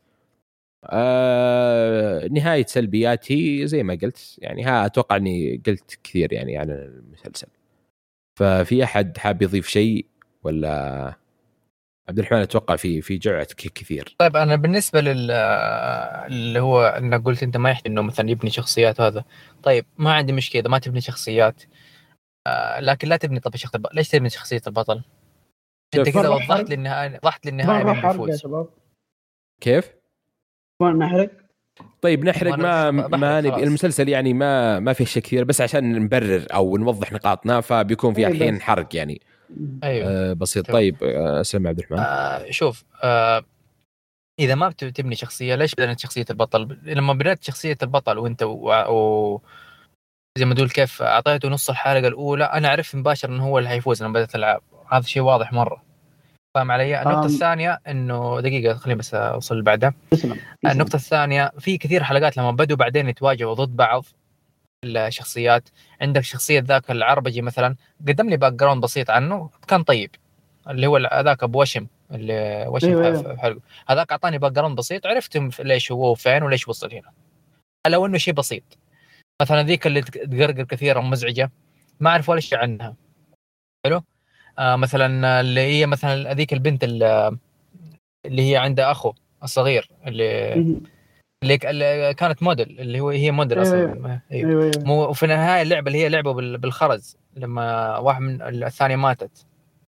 آه نهاية سلبياتي زي ما قلت يعني ها أتوقع أني قلت كثير يعني عن المسلسل. ففي أحد حاب يضيف شيء ولا عبد الرحمن؟ أتوقع في في جرعة كثير. طيب أنا بالنسبة لل اللي هو أنك قلت أنت ما يحتاج إنه مثلا يبني شخصيات هذا. طيب ما عندي مشكلة ما تبني شخصيات آه لكن لا تبني طب شخصية. ليش تبني شخصية البطل؟ أنت كذا وضحت لي النهاية وضحت لي النهاية من بيفوز. كيف؟ ما نحرق. طيب نحرق ما ما نبي المسلسل يعني ما ما فيه شيء كثير بس عشان نبرر أو نوضح نقاطنا فبيكون في الحين حرق يعني. أيوه. آه بسيط. طيب أسلم عبد الرحمن. آه شوف آه إذا ما بتبني شخصية ليش بدأت شخصية البطل؟ لما بدأت شخصية البطل وأنت و... و... زي ما تقول كيف أعطيته نص الحلقة الأولى أنا أعرف مباشر إنه هو اللي هيفوز لما بدأت الألعاب. هذا شيء واضح مرة. فاهم علي؟ النقطة أم... الثانية إنه دقيقة خليني بس أوصل بعدها. النقطة الثانية في كثير حلقات لما بدوا بعدين يتواجهوا ضد بعض الشخصيات. عندك شخصية ذاك العربجي مثلا قدم لي باك جراوند بسيط عنه كان طيب اللي هو ذاك أبو وشم اللي وشم أيوة في حلقه هذاك أعطاني باك جراوند بسيط عرفت ليش هو وفين وليش وصل هنا. لو إنه شيء بسيط. مثلا ذيك اللي تقرقر كثيرا ومزعجة ما أعرف ولا شيء عنها. حلو. آه مثلا اللي هي مثلا هذيك البنت اللي, اللي هي عندها أخو الصغير اللي اللي كانت موديل اللي هو هي موديل أصلا. أيوة. مو وفي النهاية اللعبة اللي هي لعبة بالخرز لما واحد من الثانية ماتت.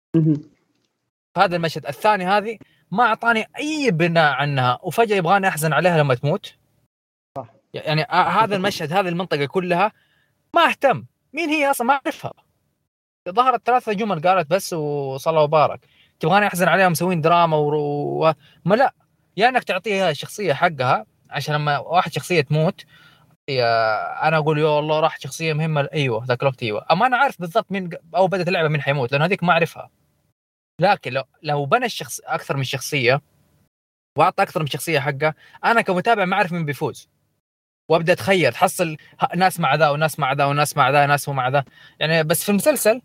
هذا المشهد الثاني هذه ما أعطاني أي بناء عنها وفجأة يبغاني أحزن عليها لما تموت. صح. يعني هذا المشهد هذه المنطقة كلها ما أهتم مين هي أصلا ما أعرفها. ظهرت ثلاثة جمل قالت بس وصلى وبارك. تبغاني أحزن عليها مسوين دراما و... ما لا يا أنك تعطيها الشخصية حقها عشان لما واحد شخصية تموت أنا أقول يا الله راح شخصية مهمة. أيوة ذاك الوقت أيوة أما أنا عارف بالضبط مين أو بدأت اللعبة مين حيموت لأن هذيك ما أعرفها. لكن لو لو بنى الشخص أكثر من شخصية وأعطى أكثر من شخصية حقه أنا كمتابع ما أعرف مين بيفوز وأبدأ أتخير تحصل ناس مع ذا وناس مع ذا وناس مع ذا ناس مع ذا يعني. بس في المسلسل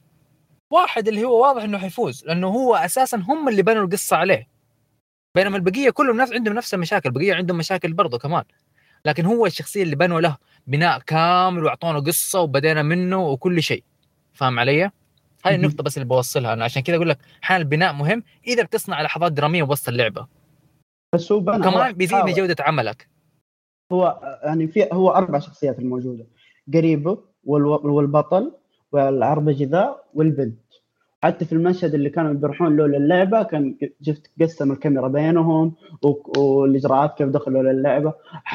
واحد اللي هو واضح إنه حيفوز لأنه هو أساسا هم اللي بنوا القصة عليه بينما البقية كلهم ناس عندهم نفس المشاكل. البقية عندهم مشاكل برضو كمان لكن هو الشخصية اللي بنوا له بناء كامل وأعطونا قصة وبدينا منه وكل شيء. فاهم علي؟ هاي النقطة بس اللي بوصلها أنا عشان كذا أقول لك حال البناء مهم إذا بتصنع لحظات درامية وسط اللعبة بس هو كمان بيزيد من جودة عملك. هو يعني في هو أربع شخصيات الموجودة قريبه والبطل والعربجي ذا والبنت. حتى في المشهد اللي كانوا بيروحون له للعبة كان شفت قسم الكاميرا بينهم والإجراءات كيف دخلوا للعبة.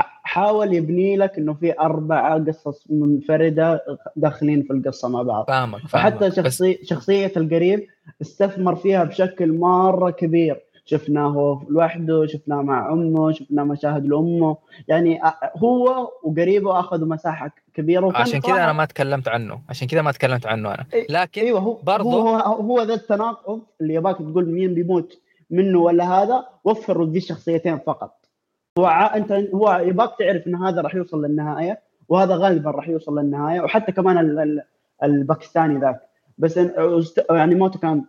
حاول يبني لك إنه في أربعة قصص منفردة داخلين في القصة مع بعض. فاهمك فاهمك. حتى شخصية بس... شخصية القريب استثمر فيها بشكل مرة كبير. شفناه لوحده شفناه مع أمه شفناه مشاهد لأمه يعني هو وقريبه أخذوا مساحة كبيرة. عشان كذا أنا ما تكلمت عنه عشان كذا ما تكلمت عنه أنا. لكن أيوة هو برضو هو, هو ذا التناقض اللي يباك تقول مين بيموت منه ولا هذا. وفروا ذي الشخصيتين فقط. هو ع... أنت هو يباك تعرف إن هذا راح يوصل للنهاية وهذا غالبا راح يوصل للنهاية. وحتى كمان ال... ال... الباكستاني ذاك بس يعني موته كان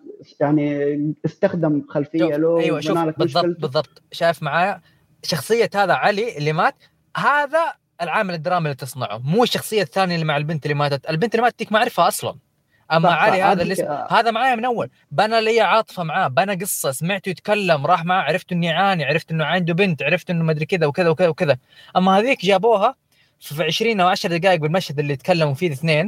يعني استخدم خلفية له. أيوة شوف بالضبط بالضبط شايف معايا شخصية هذا علي اللي مات هذا العامل الدرامي اللي تصنعه مو الشخصية الثانية اللي مع البنت اللي ماتت. البنت اللي ماتت تيك ما أعرفها أصلا. أما علي هذا اللي آه. هذا معايا من أول بنا لي عاطفة معاه بنا قصة سمعته يتكلم راح معاه عرفت إنه يعاني عرفت إنه عنده بنت عرفت إنه ما أدري كذا وكذا وكذا وكذا. أما هذيك جابوها في عشرين أو عشر دقائق بالمشهد اللي يتكلموا فيه الاثنين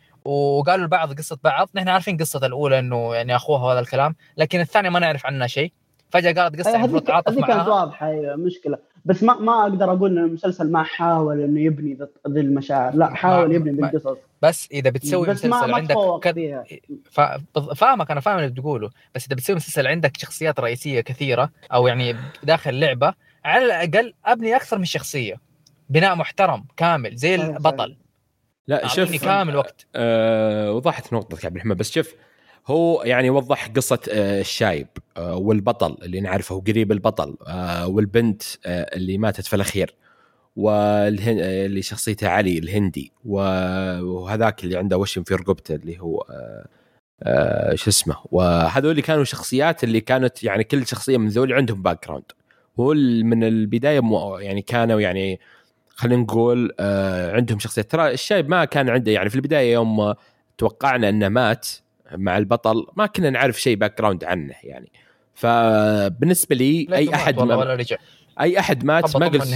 وقالوا البعض قصة بعض. نحن عارفين قصة الأولى إنه يعني أخوها وهذا الكلام لكن الثانية ما نعرف عنها شيء. فجأة قالت قصة المفروض تعاطف معها. هذه كانت واضحة مشكلة بس ما ما أقدر أقول إن المسلسل ما حاول إنه يبني ذي المشاعر. لا حاول يبني ذي القصص. بس إذا بتسوي بس مسلسل عندك كد... ف... فاهمك أنا فاهم اللي بتقوله. بس إذا بتسوي مسلسل عندك شخصيات رئيسية كثيرة أو يعني داخل لعبة على الأقل أبني أكثر من شخصية بناء محترم كامل زي البطل. لا شوف كامل وقت أه وضحت نقطتك عبد الرحمن. بس شوف هو يعني وضح قصة أه الشايب أه والبطل اللي نعرفه قريب البطل أه والبنت أه اللي ماتت في الأخير والهن اللي شخصيته علي الهندي، وهذاك اللي عنده وشم في رقبته اللي هو آه آه شو اسمه. وهذول اللي كانوا شخصيات اللي كانت يعني كل شخصيه من ذول عندهم باك جراوند. هو من البدايه يعني كانوا يعني خلينا نقول آه عندهم شخصيات. ترى الشايب ما كان عنده يعني في البدايه يوم توقعنا انه مات مع البطل ما كنا نعرف شيء باك جراوند عنه يعني. فبالنسبه لي اي احد ما ولا رجع اي احد مات ما قلت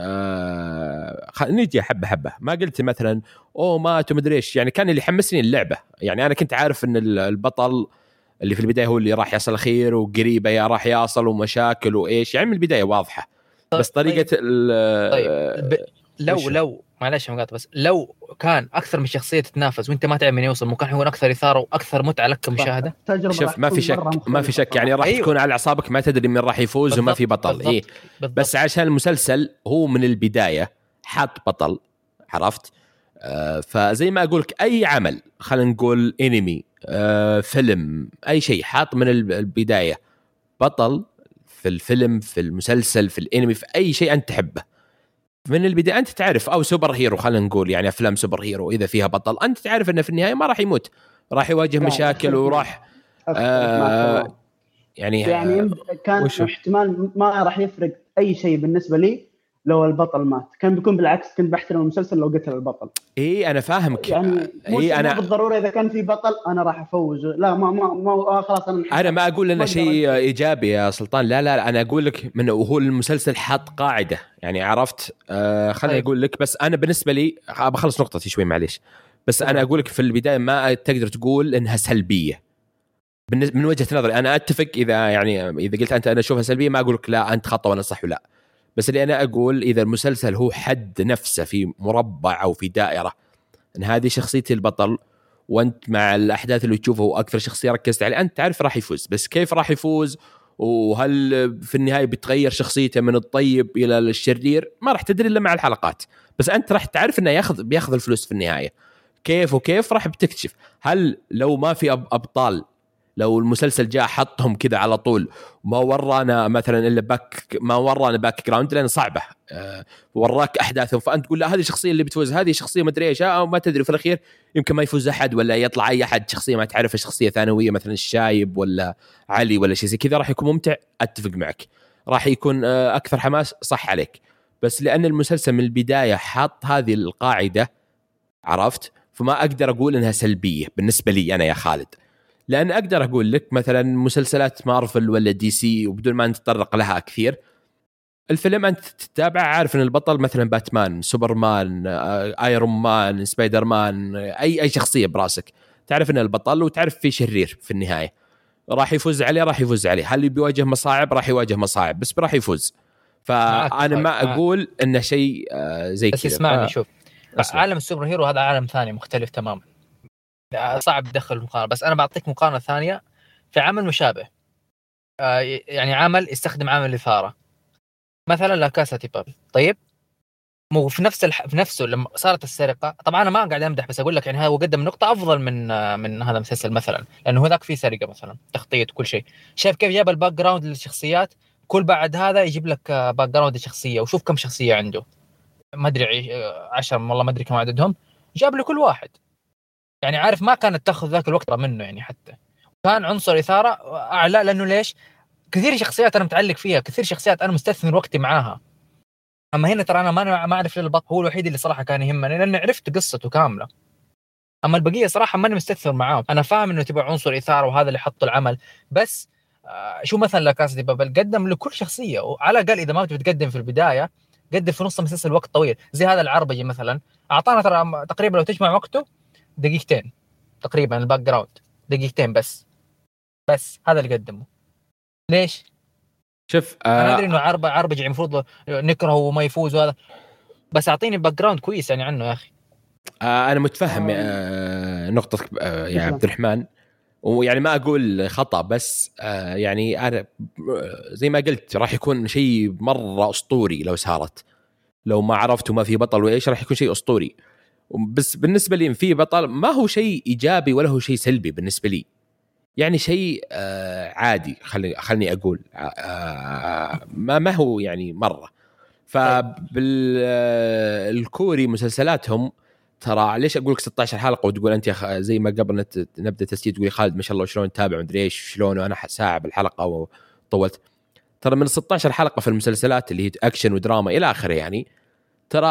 آه خ... نجي حبه حبه ما قلت مثلا اوه مات ومدري ايش يعني. كان اللي حمسني اللعبه يعني. انا كنت عارف ان البطل اللي في البدايه هو اللي راح يصل اخير وقريبه يا راح يصل ومشاكل وايش يعني من البدايه واضحه. بس طريقه طيب, ال... طيب. ب... لو لو معلش مقاطع بس لو كان اكثر من شخصيه تتنافس وانت ما تعرف من يوصل ممكن يكون اكثر اثاره واكثر متعه لك كمشاهده. شوف ما في شك ما في شك يعني راح أيوة. تكون على اعصابك ما تدري من راح يفوز بالضبط. وما في بطل بالضبط. إيه بالضبط. بس عشان المسلسل هو من البدايه حاط بطل عرفت. آه فزي ما اقولك اي عمل خلينا نقول انمي آه فيلم اي شيء حاط من البدايه بطل في الفيلم في المسلسل في الانمي في اي شيء انت تحبه من البداية أنت تعرف أو سوبر هيرو خلينا نقول يعني أفلام سوبر هيرو إذا فيها بطل أنت تعرف أنه في النهاية ما راح يموت راح يواجه مشاكل وراح آه يعني يعني كان وشو. احتمال ما راح يفرق أي شيء بالنسبة لي لو البطل مات. كان بيكون بالعكس كنت بحترم المسلسل لو قتل البطل. إيه أنا فاهمك يعني إيه أنا بالضرورة إذا كان في بطل أنا راح أفوز لا ما ما, ما خلاص أنا أنا ما أقول إنه شيء إيجابي يا سلطان لا لا أنا أقول لك من وهو المسلسل حاط قاعدة يعني عرفت آه خليني أقول لك. بس أنا بالنسبة لي بخلص نقطتي شوي معليش. بس أنا أقول لك في البداية ما تقدر تقول إنها سلبية من وجهة نظري. أنا أتفق إذا يعني إذا قلت أنت أنا أشوفها سلبية ما أقول لك لا أنت خطأ وأنا صح ولا. بس اللي أنا أقول إذا المسلسل هو حد نفسه في مربع أو في دائرة أن هذه شخصية البطل وأنت مع الأحداث اللي تشوفه وأكثر شخصية ركزت عليه أنت تعرف راح يفوز. بس كيف راح يفوز وهل في النهاية بتغير شخصيته من الطيب إلى الشرير ما راح تدري إلا مع الحلقات. بس أنت راح تعرف أنه يأخذ بيأخذ الفلوس في النهاية كيف وكيف راح بتكتشف. هل لو ما في أبطال لو المسلسل جاء حطهم كذا على طول ما ورانا مثلا إلا باك ما ورانا باك جراوند لأن صعبة أه وراك أحداثهم فأنت تقول لا هذه الشخصية اللي بتفوز هذه شخصية ما أدري إيش أو ما تدري في الأخير يمكن ما يفوز أحد ولا يطلع أي أحد شخصية ما تعرفها شخصية ثانوية مثلا الشايب ولا علي ولا شيء زي كذا راح يكون ممتع. أتفق معك راح يكون أكثر حماس صح عليك. بس لأن المسلسل من البداية حط هذه القاعدة عرفت فما أقدر أقول إنها سلبية بالنسبة لي أنا يا خالد. لأن أقدر أقول لك مثلا مسلسلات مارفل ولا دي سي وبدون ما نتطرق لها كثير الفيلم أنت تتابع عارف أن البطل مثلا باتمان سوبرمان آيرون مان سبايدر مان أي أي شخصية براسك تعرف أن البطل وتعرف في شرير في النهاية راح يفوز عليه راح يفوز عليه هل بيواجه مصاعب راح يواجه مصاعب بس راح يفوز. فأنا ما أقول إنه شيء زي كذا. بس اسمعني شوف عالم السوبر هيرو هذا عالم ثاني مختلف تماما صعب تدخل المقارنة. بس أنا بعطيك مقارنة ثانية في عمل مشابه آه يعني عمل يستخدم عامل الإثارة مثلا لا كاسا دي بابل. طيب مو في نفس الح... في نفسه لما صارت السرقة طبعا أنا ما قاعد أمدح بس أقول لك يعني هو قدم نقطة أفضل من آه من هذا المسلسل مثلا لأنه هذاك فيه سرقة مثلا تخطيط كل شيء. شايف كيف جاب الباك جراوند للشخصيات كل بعد هذا يجيب لك آه باك جراوند الشخصية وشوف كم شخصية عنده ما أدري عشر والله ما أدري كم عددهم جاب له كل واحد يعني عارف ما كانت تأخذ ذاك الوقت منه يعني حتى كان عنصر إثارة أعلى لأنه ليش كثير شخصيات أنا متعلق فيها كثير شخصيات أنا مستثمر وقتي معاها. أما هنا ترى أنا ما ما أعرف للبطل هو الوحيد اللي صراحة كان يهمني لأن عرفت قصته كاملة. أما البقية صراحة ماني مستثمر معاهم. أنا فاهم إنه تبع عنصر إثارة وهذا اللي حطه العمل بس آه شو مثلا لا كاسا دي بابل قدم لكل شخصية وعلى الأقل إذا ما بتقدم في البداية قدم في نص المسلسل وقت طويل زي هذا العربجي مثلا أعطانا ترى تقريبا لو تجمع وقته دقيقتين تقريبا الباك جراوند دقيقتين بس بس هذا اللي قدمه. ليش شوف آه انا ادري انه عرب عربجي المفروض نكرهه وما يفوز وهذا بس اعطيني باك جراوند كويس يعني عنه يا اخي. آه انا متفهم آه نقطتك آه يا عبد الرحمن ويعني ما اقول خطأ بس آه يعني انا زي ما قلت راح يكون شيء مره اسطوري لو صارت لو ما عرفت وما في بطل وايش راح يكون شيء اسطوري. بس بالنسبة لي في بطل ما هو شيء إيجابي ولا هو شيء سلبي بالنسبة لي يعني شيء آه عادي خلني خلني أقول آه ما ما هو يعني مرة فبالكوري مسلسلاتهم ترى ليش اقول لك ستة عشر حلقه وتقول انت خ... زي ما قبل نبدا تسجيل تقولي خالد ما شاء الله شلون تتابع مدري ايش شلون وانا ساعه بالحلقه وطولت. ترى من ستة عشر حلقه في المسلسلات اللي هي اكشن ودراما الى اخره يعني ترى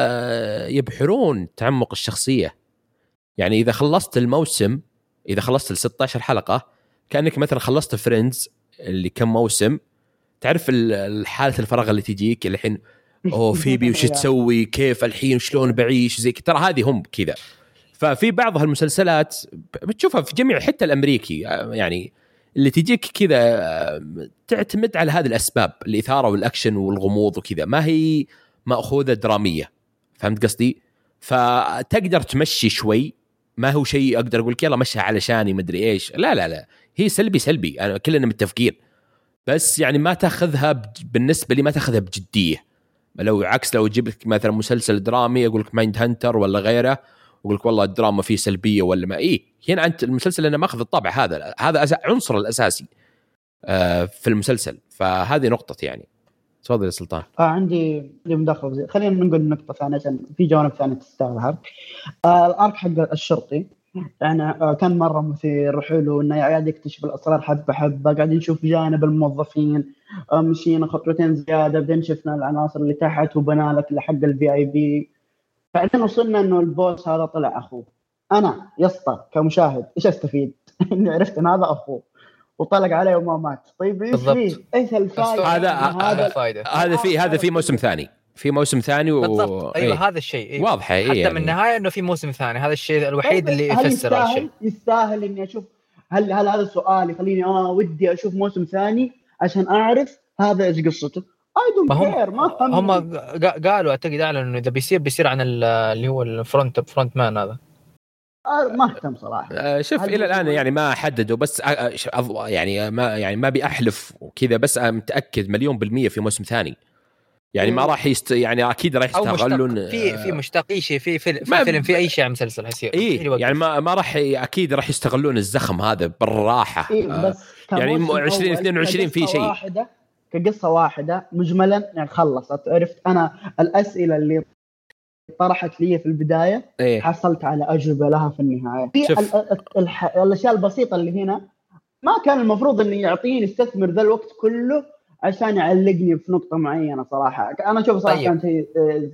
يبحرون تعمق الشخصيه. يعني اذا خلصت الموسم اذا خلصت ال ستة عشر حلقه كانك مثلا خلصت فريندز اللي كم موسم. تعرف الحاله الفراغ اللي تجيك الحين اوه فيبي وش تسوي كيف الحين شلون بعيش زي ترى هذه هم كذا. ففي بعض هالمسلسلات بتشوفها في جميع حتى الامريكي يعني اللي تجيك كذا تعتمد على هذه الاسباب الاثاره والاكشن والغموض وكذا ما هي ماخوذه دراميه. فهمت قصدي؟ فتقدر تمشي شوي ما هو شيء اقدر اقول لك يلا مشي علشاني مدري ايش لا لا لا هي سلبي سلبي أنا كلنا متفقين بس يعني ما تاخذها بالنسبه لي ما تاخذها بجديه. لو عكس لو جبت مثلا مسلسل درامي اقول لك مايند هانتر ولا غيره اقول لك والله الدراما فيه سلبيه ولا ما ايه هنا انت المسلسل انا ماخذ الطابع هذا هذا عنصر الاساسي في المسلسل. فهذه نقطه يعني. تفضل يا سلطان. اه عندي مداخله خلينا نقول نقطه ثانيه عشان في جوانب ثانيه تستاهلها. آه الارك حق الشرطي يعني آه كان مره مثير حلو انه قاعد يكتشف الاسرار حبه حبه قاعد نشوف جانب الموظفين آه مشينا خطوتين زياده بعدين شفنا العناصر اللي تحت وبنالك لحق الفي اي بي بعدين وصلنا انه البوس هذا طلع اخوه. انا يسطا كمشاهد ايش استفيد اني عرفت ان هذا اخوه وطلق عليه وما مات. طيب ايش فيه ايش الفائده؟ هذا هذا فائده هذا في هذا في موسم ثاني في موسم ثاني و... بالضبط ايوه ايه. هذا الشيء ايه. واضحه حتى إيه من يعني. النهايه انه في موسم ثاني هذا الشيء الوحيد اللي يفسر هذا الشيء. يستاهل اني اشوف هل هل هذا السؤال يخليني اه ودي اشوف موسم ثاني عشان اعرف هذا ايش قصته. اي دونت كير ما هم قالوا اعتقد اعلنوا انه اذا بيصير بيصير عن اللي هو الفرونت فرونت مان هذا ما اهتم صراحه. شوف الى الان يعني ما حددوا بس يعني ما يعني ما بيحلف وكذا بس متاكد مليون بالميه في موسم ثاني يعني ما راح يست يعني اكيد راح يستغلون في في مشتاق شيء في في فيلم في اي شيء مسلسل حيصير إيه يعني ما ما راح اكيد راح يستغلون الزخم هذا بالراحه. إيه بس يعني عشرين اثنين وعشرين في شيء واحده كقصه واحده مجملا يعني خلصت. عرفت انا الاسئله اللي طرحت لي في البدايه إيه؟ حصلت على اجوبه لها في النهايه. في الح... الاشياء البسيطه اللي هنا ما كان المفروض اني يعطيني استثمر ذا الوقت كله عشان يعلقني في نقطه معينه صراحه. انا اشوف صراحه طيب. كانت هي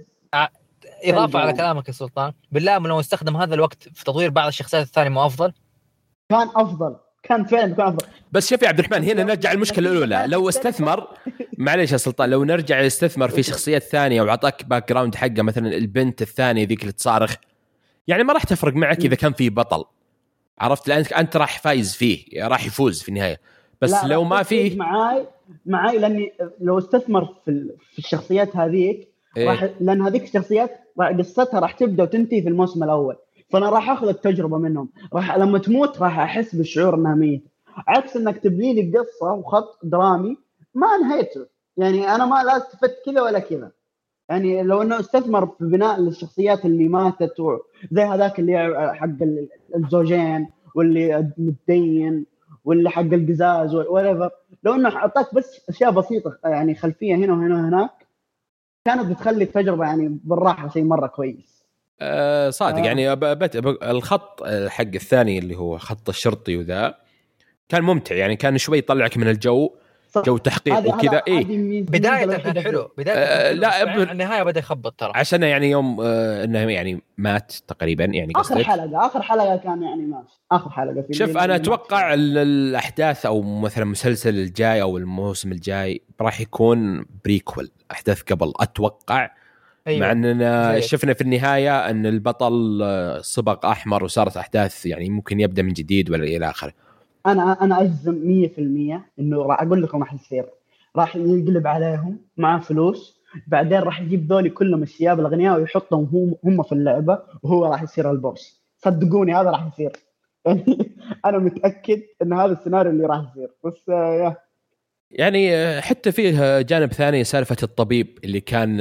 اضافه على كلامك يا سلطان بالله لو استخدم هذا الوقت في تطوير بعض الشخصيات الثانيه مو افضل؟ كان افضل كان فعلا كان افضل. بس شوف يا عبد الرحمن هنا نرجع المشكله الاولى لو استثمر معليش يا سلطان لو نرجع يستثمر في شخصيات ثانيه وعطاك باك جراوند حقه مثلا البنت الثانيه ذيك اللي تصارخ يعني ما راح تفرق معك اذا كان في بطل عرفت لان انت راح فايز فيه راح يفوز في النهايه. بس لو ما فيه معاي معاي لاني لو استثمر في في الشخصيات هذيك إيه؟ راح لان هذيك الشخصيات قصتها راح تبدا وتنتهي في الموسم الاول فانا راح اخذ التجربه منهم. راح لما تموت راح احس بالشعور انها ميت عكس انك تبني لي قصه وخط درامي ما نهايته. يعني انا ما لا استفدت كذا ولا كذا. يعني لو انه استثمر في بناء الشخصيات اللي ماتت زي هذاك اللي حق الزوجين واللي متدين واللي حق القزاز whatever لو انه اعطاك بس اشياء بسيطه يعني خلفيه هنا وهنا وهناك كانت بتخلي التجربه يعني بالراحه شيء مره كويس. أه صادق آه. يعني الخط حق الثاني اللي هو خط الشرطي وذا كان ممتع يعني كان شوي يطلعك من الجو جو تحقيق وكذا. ايه بدايه كان حلو بدايه آه لا ب... النهايه بدا يخبط ترى عشان يعني يوم آه انه يعني مات تقريبا يعني اخر قصدك. حلقه اخر حلقه كان يعني مات اخر حلقه في شوف انا اتوقع الاحداث او مثلا المسلسل الجاي او الموسم الجاي راح يكون بريكول احداث قبل اتوقع. أيوة. مع اننا شفنا في النهايه ان البطل صبغ احمر وصارت احداث يعني ممكن يبدا من جديد ولا الى اخره. انا انا اجزم مية في المية انه راح اقول لكم راح يصير راح يقلب عليهم مع فلوس بعدين راح يجيب ذولي كلهم الشياب الاغنياء ويحطهم هم هم في اللعبه وهو راح يصير البورس. صدقوني هذا راح يصير. انا متاكد ان هذا السيناريو اللي راح يصير. بس يا يعني حتى فيه جانب ثاني سالفه الطبيب اللي كان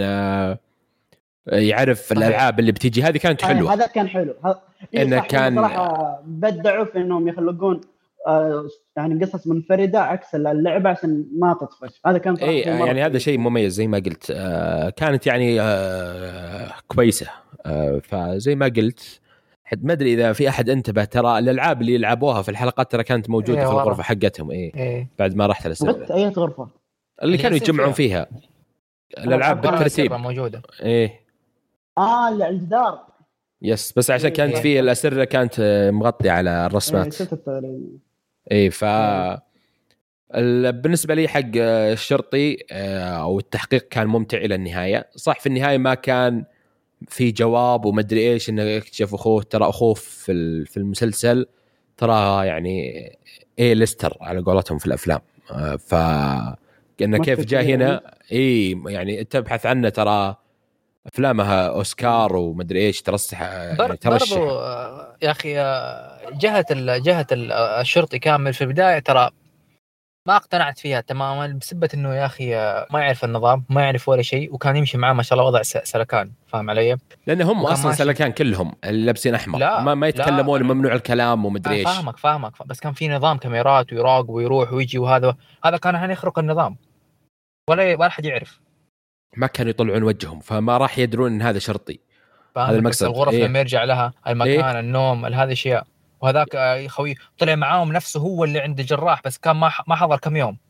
يعرف الالعاب اللي بتيجي هذه كانت حلوه. هذا كان حلو. انه كان صراحه بدعوا في انهم يخلقون آه يعني قصص منفرده عكس اللعبه عشان ما تطفش. هذا كان اي يعني هذا شيء مميز زي ما قلت. آه كانت يعني آه كويسه. آه فزي ما قلت حد ما ادري اذا في احد انتبه، ترى الالعاب اللي يلعبوها في الحلقات ترى كانت موجوده إيه في ورا. الغرفه حقتهم. اي إيه. بعد ما رحت السيرفر قلت اي غرفه اللي كانوا جالسين يجمعون فيها. فيها الالعاب الألعاب بالترتيب. موجوده. ايه اه اللي على الجدار. يس بس عشان إيه. كانت في الاسره كانت آه، مغطيه على إيه الرسمات. شفت التغريده. ايه ف إيه. ال- بالنسبه لي حق الشرطي آه، او التحقيق كان ممتع الى النهايه. صح في النهايه ما كان في جواب ومدري ايش انه يكتشف اخوه. ترى اخوه في ال- في المسلسل ترى يعني ايه ليستر على قولتهم في الافلام. آه، ف كأنه كيف جاء هنا. اي يعني تبحث عنه ترى افلامها اوسكار ومدري ايش ترشح يعني ترشح. برضو يا اخي جهه ال- جهه ال- الشرطي كامل في البدايه ترى ما اقتنعت فيها تماما بسبة انه يا اخي ما يعرف النظام، ما يعرف ولا شيء، وكان يمشي معاه ما شاء الله وضع سلكان. فاهم علي؟ لان هم اصلا ماشي. سلكان كلهم اللي لابسين احمر. لا ما, ما يتكلمون لا وممنوع الكلام ومدري ايش. فاهمك فاهمك بس كان في نظام كاميرات ويراقب ويروح ويجي، وهذا هذا كان هن يخرق النظام ولا ولا حد يعرف. ما كانوا يطلعون وجههم فما راح يدرون ان هذا شرطي. هذا المقصد. الغرف إيه؟ لما يرجع لها المكان إيه؟ النوم هذه اشياء. وهذاك يا خوي طلع معاهم نفسه هو اللي عند الجراح بس كان ما ما حضر كم يوم.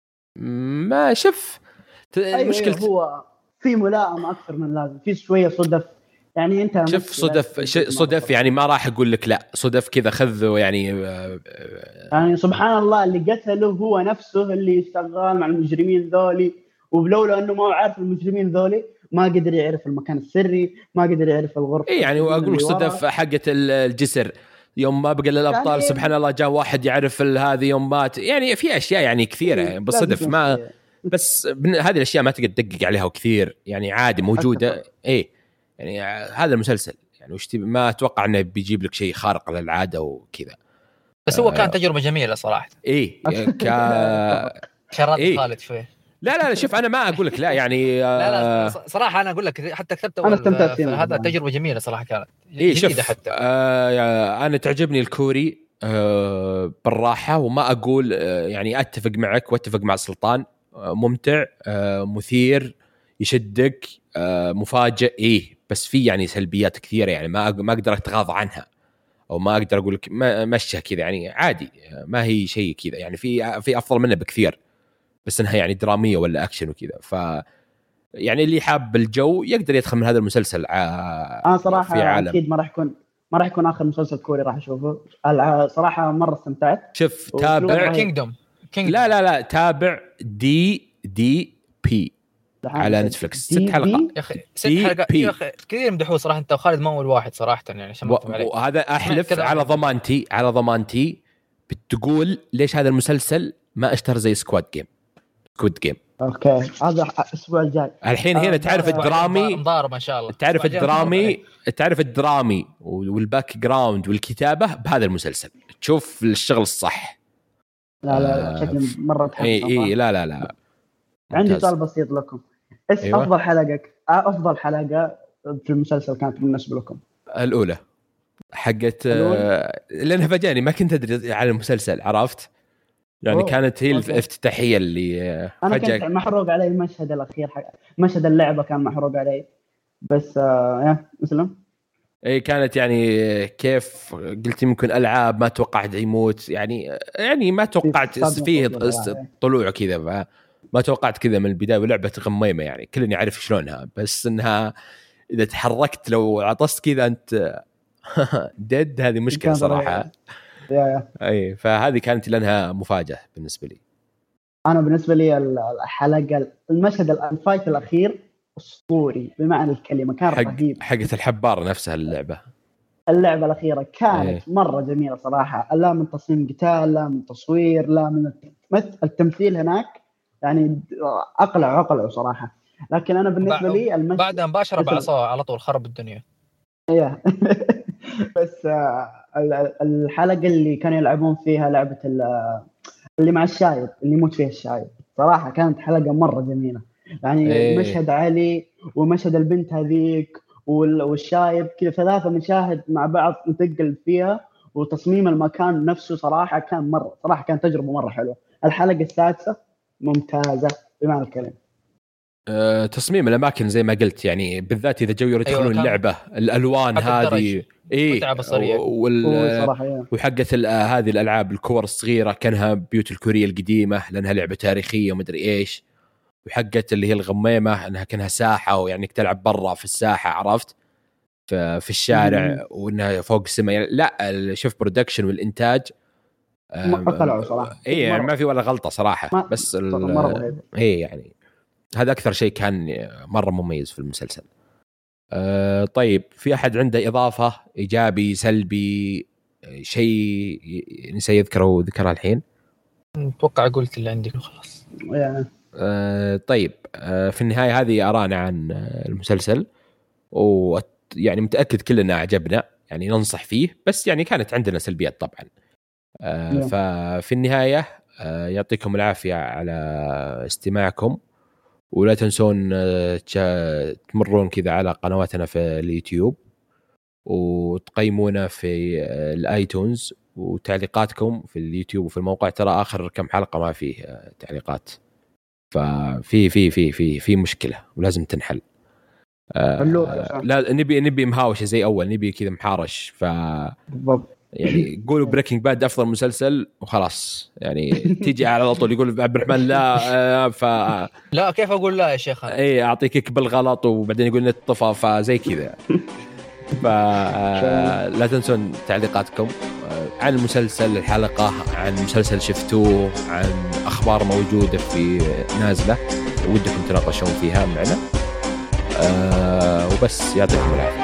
ما شف أيوة مشكلة. أيوة هو في ملائمة أكثر من لازم، في شوية صدف يعني. أنت شوف صدف صدف يعني ما راح أقول لك لا صدف كذا خذه يعني. يعني سبحان الله اللي قتله هو نفسه اللي يشتغل مع المجرمين ذولي، ولولا أنه ما عارف المجرمين ذولي ما قدر يعرف المكان السري، ما قدر يعرف الغرفة. إيه يعني وأقول صدف حقة الجسر يوم ما بقى للأبطال يعني سبحان الله جاء واحد يعرف هذه يوم مات. يعني في أشياء يعني كثيرة يعني بالصدف ما بس هذه الأشياء ما تقدر تدقق عليها وكثير يعني عادي موجودة. إيه يعني هذا المسلسل يعني وش ما أتوقع إنه بيجيب لك شيء خارق للعادة وكذا. بس هو كان تجربة جميلة صراحة. إيه ك شرط إيه؟ خالد فيه. لا لا شوف أنا ما أقول لك لا يعني لا لا صراحة أنا أقول لك حتى كتبت هذا تجربة جميلة صراحة كانت. إيه شوف حتى آه أنا تعجبني الكوري آه بالراحة وما أقول آه يعني أتفق معك وأتفق مع سلطان. آه ممتع آه مثير يشدك آه مفاجئ. إيه بس في يعني سلبيات كثيرة يعني ما ما أقدر أتغاضى عنها أو ما أقدر أقول لك مشى كذا يعني عادي ما هي شيء كذا يعني في في أفضل منه بكثير بس إنها يعني درامية ولا أكشن وكذا. ف يعني اللي حاب الجو يقدر يدخل من هذا المسلسل. أنا صراحة أكيد ما راح يكون ما راح يكون آخر مسلسل كوري راح أشوفه صراحة مرة استمتعت. شوف تابع كينجدوم. لا لا لا تابع دي دي بي على نتفلكس ست حلقات يا أخي ست حلقات يا أخي كثير مدحوه صراحة. أنت وخالد ما أول واحد صراحة يعني عشان ما أفهم عليك. وهذا أحلف على ضمانتي على ضمانتي بتقول ليش هذا المسلسل ما اشتهر زي سكواد جيم. سكواد جيم اوكي هذا الاسبوع الجاي الحين هنا تعرف الدرامي مضارب ما شاء الله. تعرف الدرامي تعرف الدرامي والباك جراوند والكتابة بهذا المسلسل تشوف الشغل الصح. لا لا شكل مرة تحب. اي اي لا لا لا عندي سؤال بسيط لكم. ايش أيوة. افضل حلقة افضل حلقة في المسلسل كانت بالنسبة لكم؟ الاولى حقت آه لانها فاجأني ما كنت ادري على المسلسل عرفت يعني أوه. كانت هي الافتتاحيه اللي انا كنت محروق علي المشهد الاخير حق مشهد اللعبه كان محروق علي بس آه يا مسلم اي كانت يعني كيف قلت يمكن العاب ما توقعت يموت يعني يعني ما توقعت فيه طلوع كذا ما توقعت كذا من البدايه ولعبه غميمه يعني كلنا يعرف شلونها بس انها اذا تحركت لو عطست كذا انت ديد هذه مشكله صراحه. اي فهذه كانت لانها مفاجاه بالنسبه لي. انا بالنسبه لي الحلقه المشهد الفايت الاخير اسطوري بمعنى الكلمه كان حق رهيب. حقه الحبار نفسها اللعبه اللعبه الاخيره كانت أيه. مره جميله صراحه لا من تصميم قتال لا من تصوير لا من التمثيل هناك يعني اقلع اقلع صراحه. لكن انا بالنسبه لي المشهد بعد مباشره بعصا على طول خرب الدنيا. ايه بس الحلقة اللي كانوا يلعبون فيها لعبة اللي مع الشايب اللي يموت فيها الشايب صراحة كانت حلقة مرة جميلة يعني ايه. مشهد علي ومشهد البنت هذيك والشايب كذا ثلاثة مشاهد مع بعض نتقل فيها وتصميم المكان نفسه صراحه كان مره صراحه كان تجربه مره حلوه. الحلقه السادسه ممتازه بمعنى الكلمه. أه تصميم الاماكن زي ما قلت يعني بالذات اذا جو يدخلون أيوة اللعبه الالوان هذه ايه وال وحقه هذه الالعاب الكور الصغيره كانها بيوت الكوريه القديمه لانها لعبه تاريخيه ومدري ايش، وحقه اللي هي الغميمه انها كانها ساحه ويعني تلعب برا في الساحه عرفت في الشارع وانها فوق السماء يعني لا شوف برودكشن والانتاج ما طلعوا صراحه اي يعني ما في ولا غلطه صراحه بس اي يعني هذا اكثر شيء كان مره مميز في المسلسل. أه طيب في احد عنده اضافه ايجابي سلبي شيء نسي يذكره ذكرها الحين؟ اتوقع قلت اللي عندي خلاص. أه طيب أه في النهايه هذه آراءنا عن المسلسل ويعني متاكد كلنا اعجبنا يعني ننصح فيه بس يعني كانت عندنا سلبيات طبعا. أه ففي النهايه أه يعطيكم العافيه على استماعكم ولا تنسون تمرون كذا على قنواتنا في اليوتيوب وتقيمونا في الايتونز وتعليقاتكم في اليوتيوب وفي الموقع ترى آخر كم حلقة ما فيه تعليقات ففي في في في في مشكلة ولازم تنحل. آه لا نبي نبي مهاوشة زي أول نبي كذا محارش ف يعني قولوا بريكنج باد أفضل مسلسل وخلاص يعني تيجي على طول يقول عبد الرحمن لا ف لا كيف أقول لا يا شيخ اي أعطيك بالغلط وبعدين يقول نتطفى فزي كذا. فلا تنسون تعليقاتكم عن المسلسل الحلقة عن مسلسل شفتوه عن أخبار موجودة في نازلة ودكم تناقشون فيها معنا أه وبس يعطيكم العافية.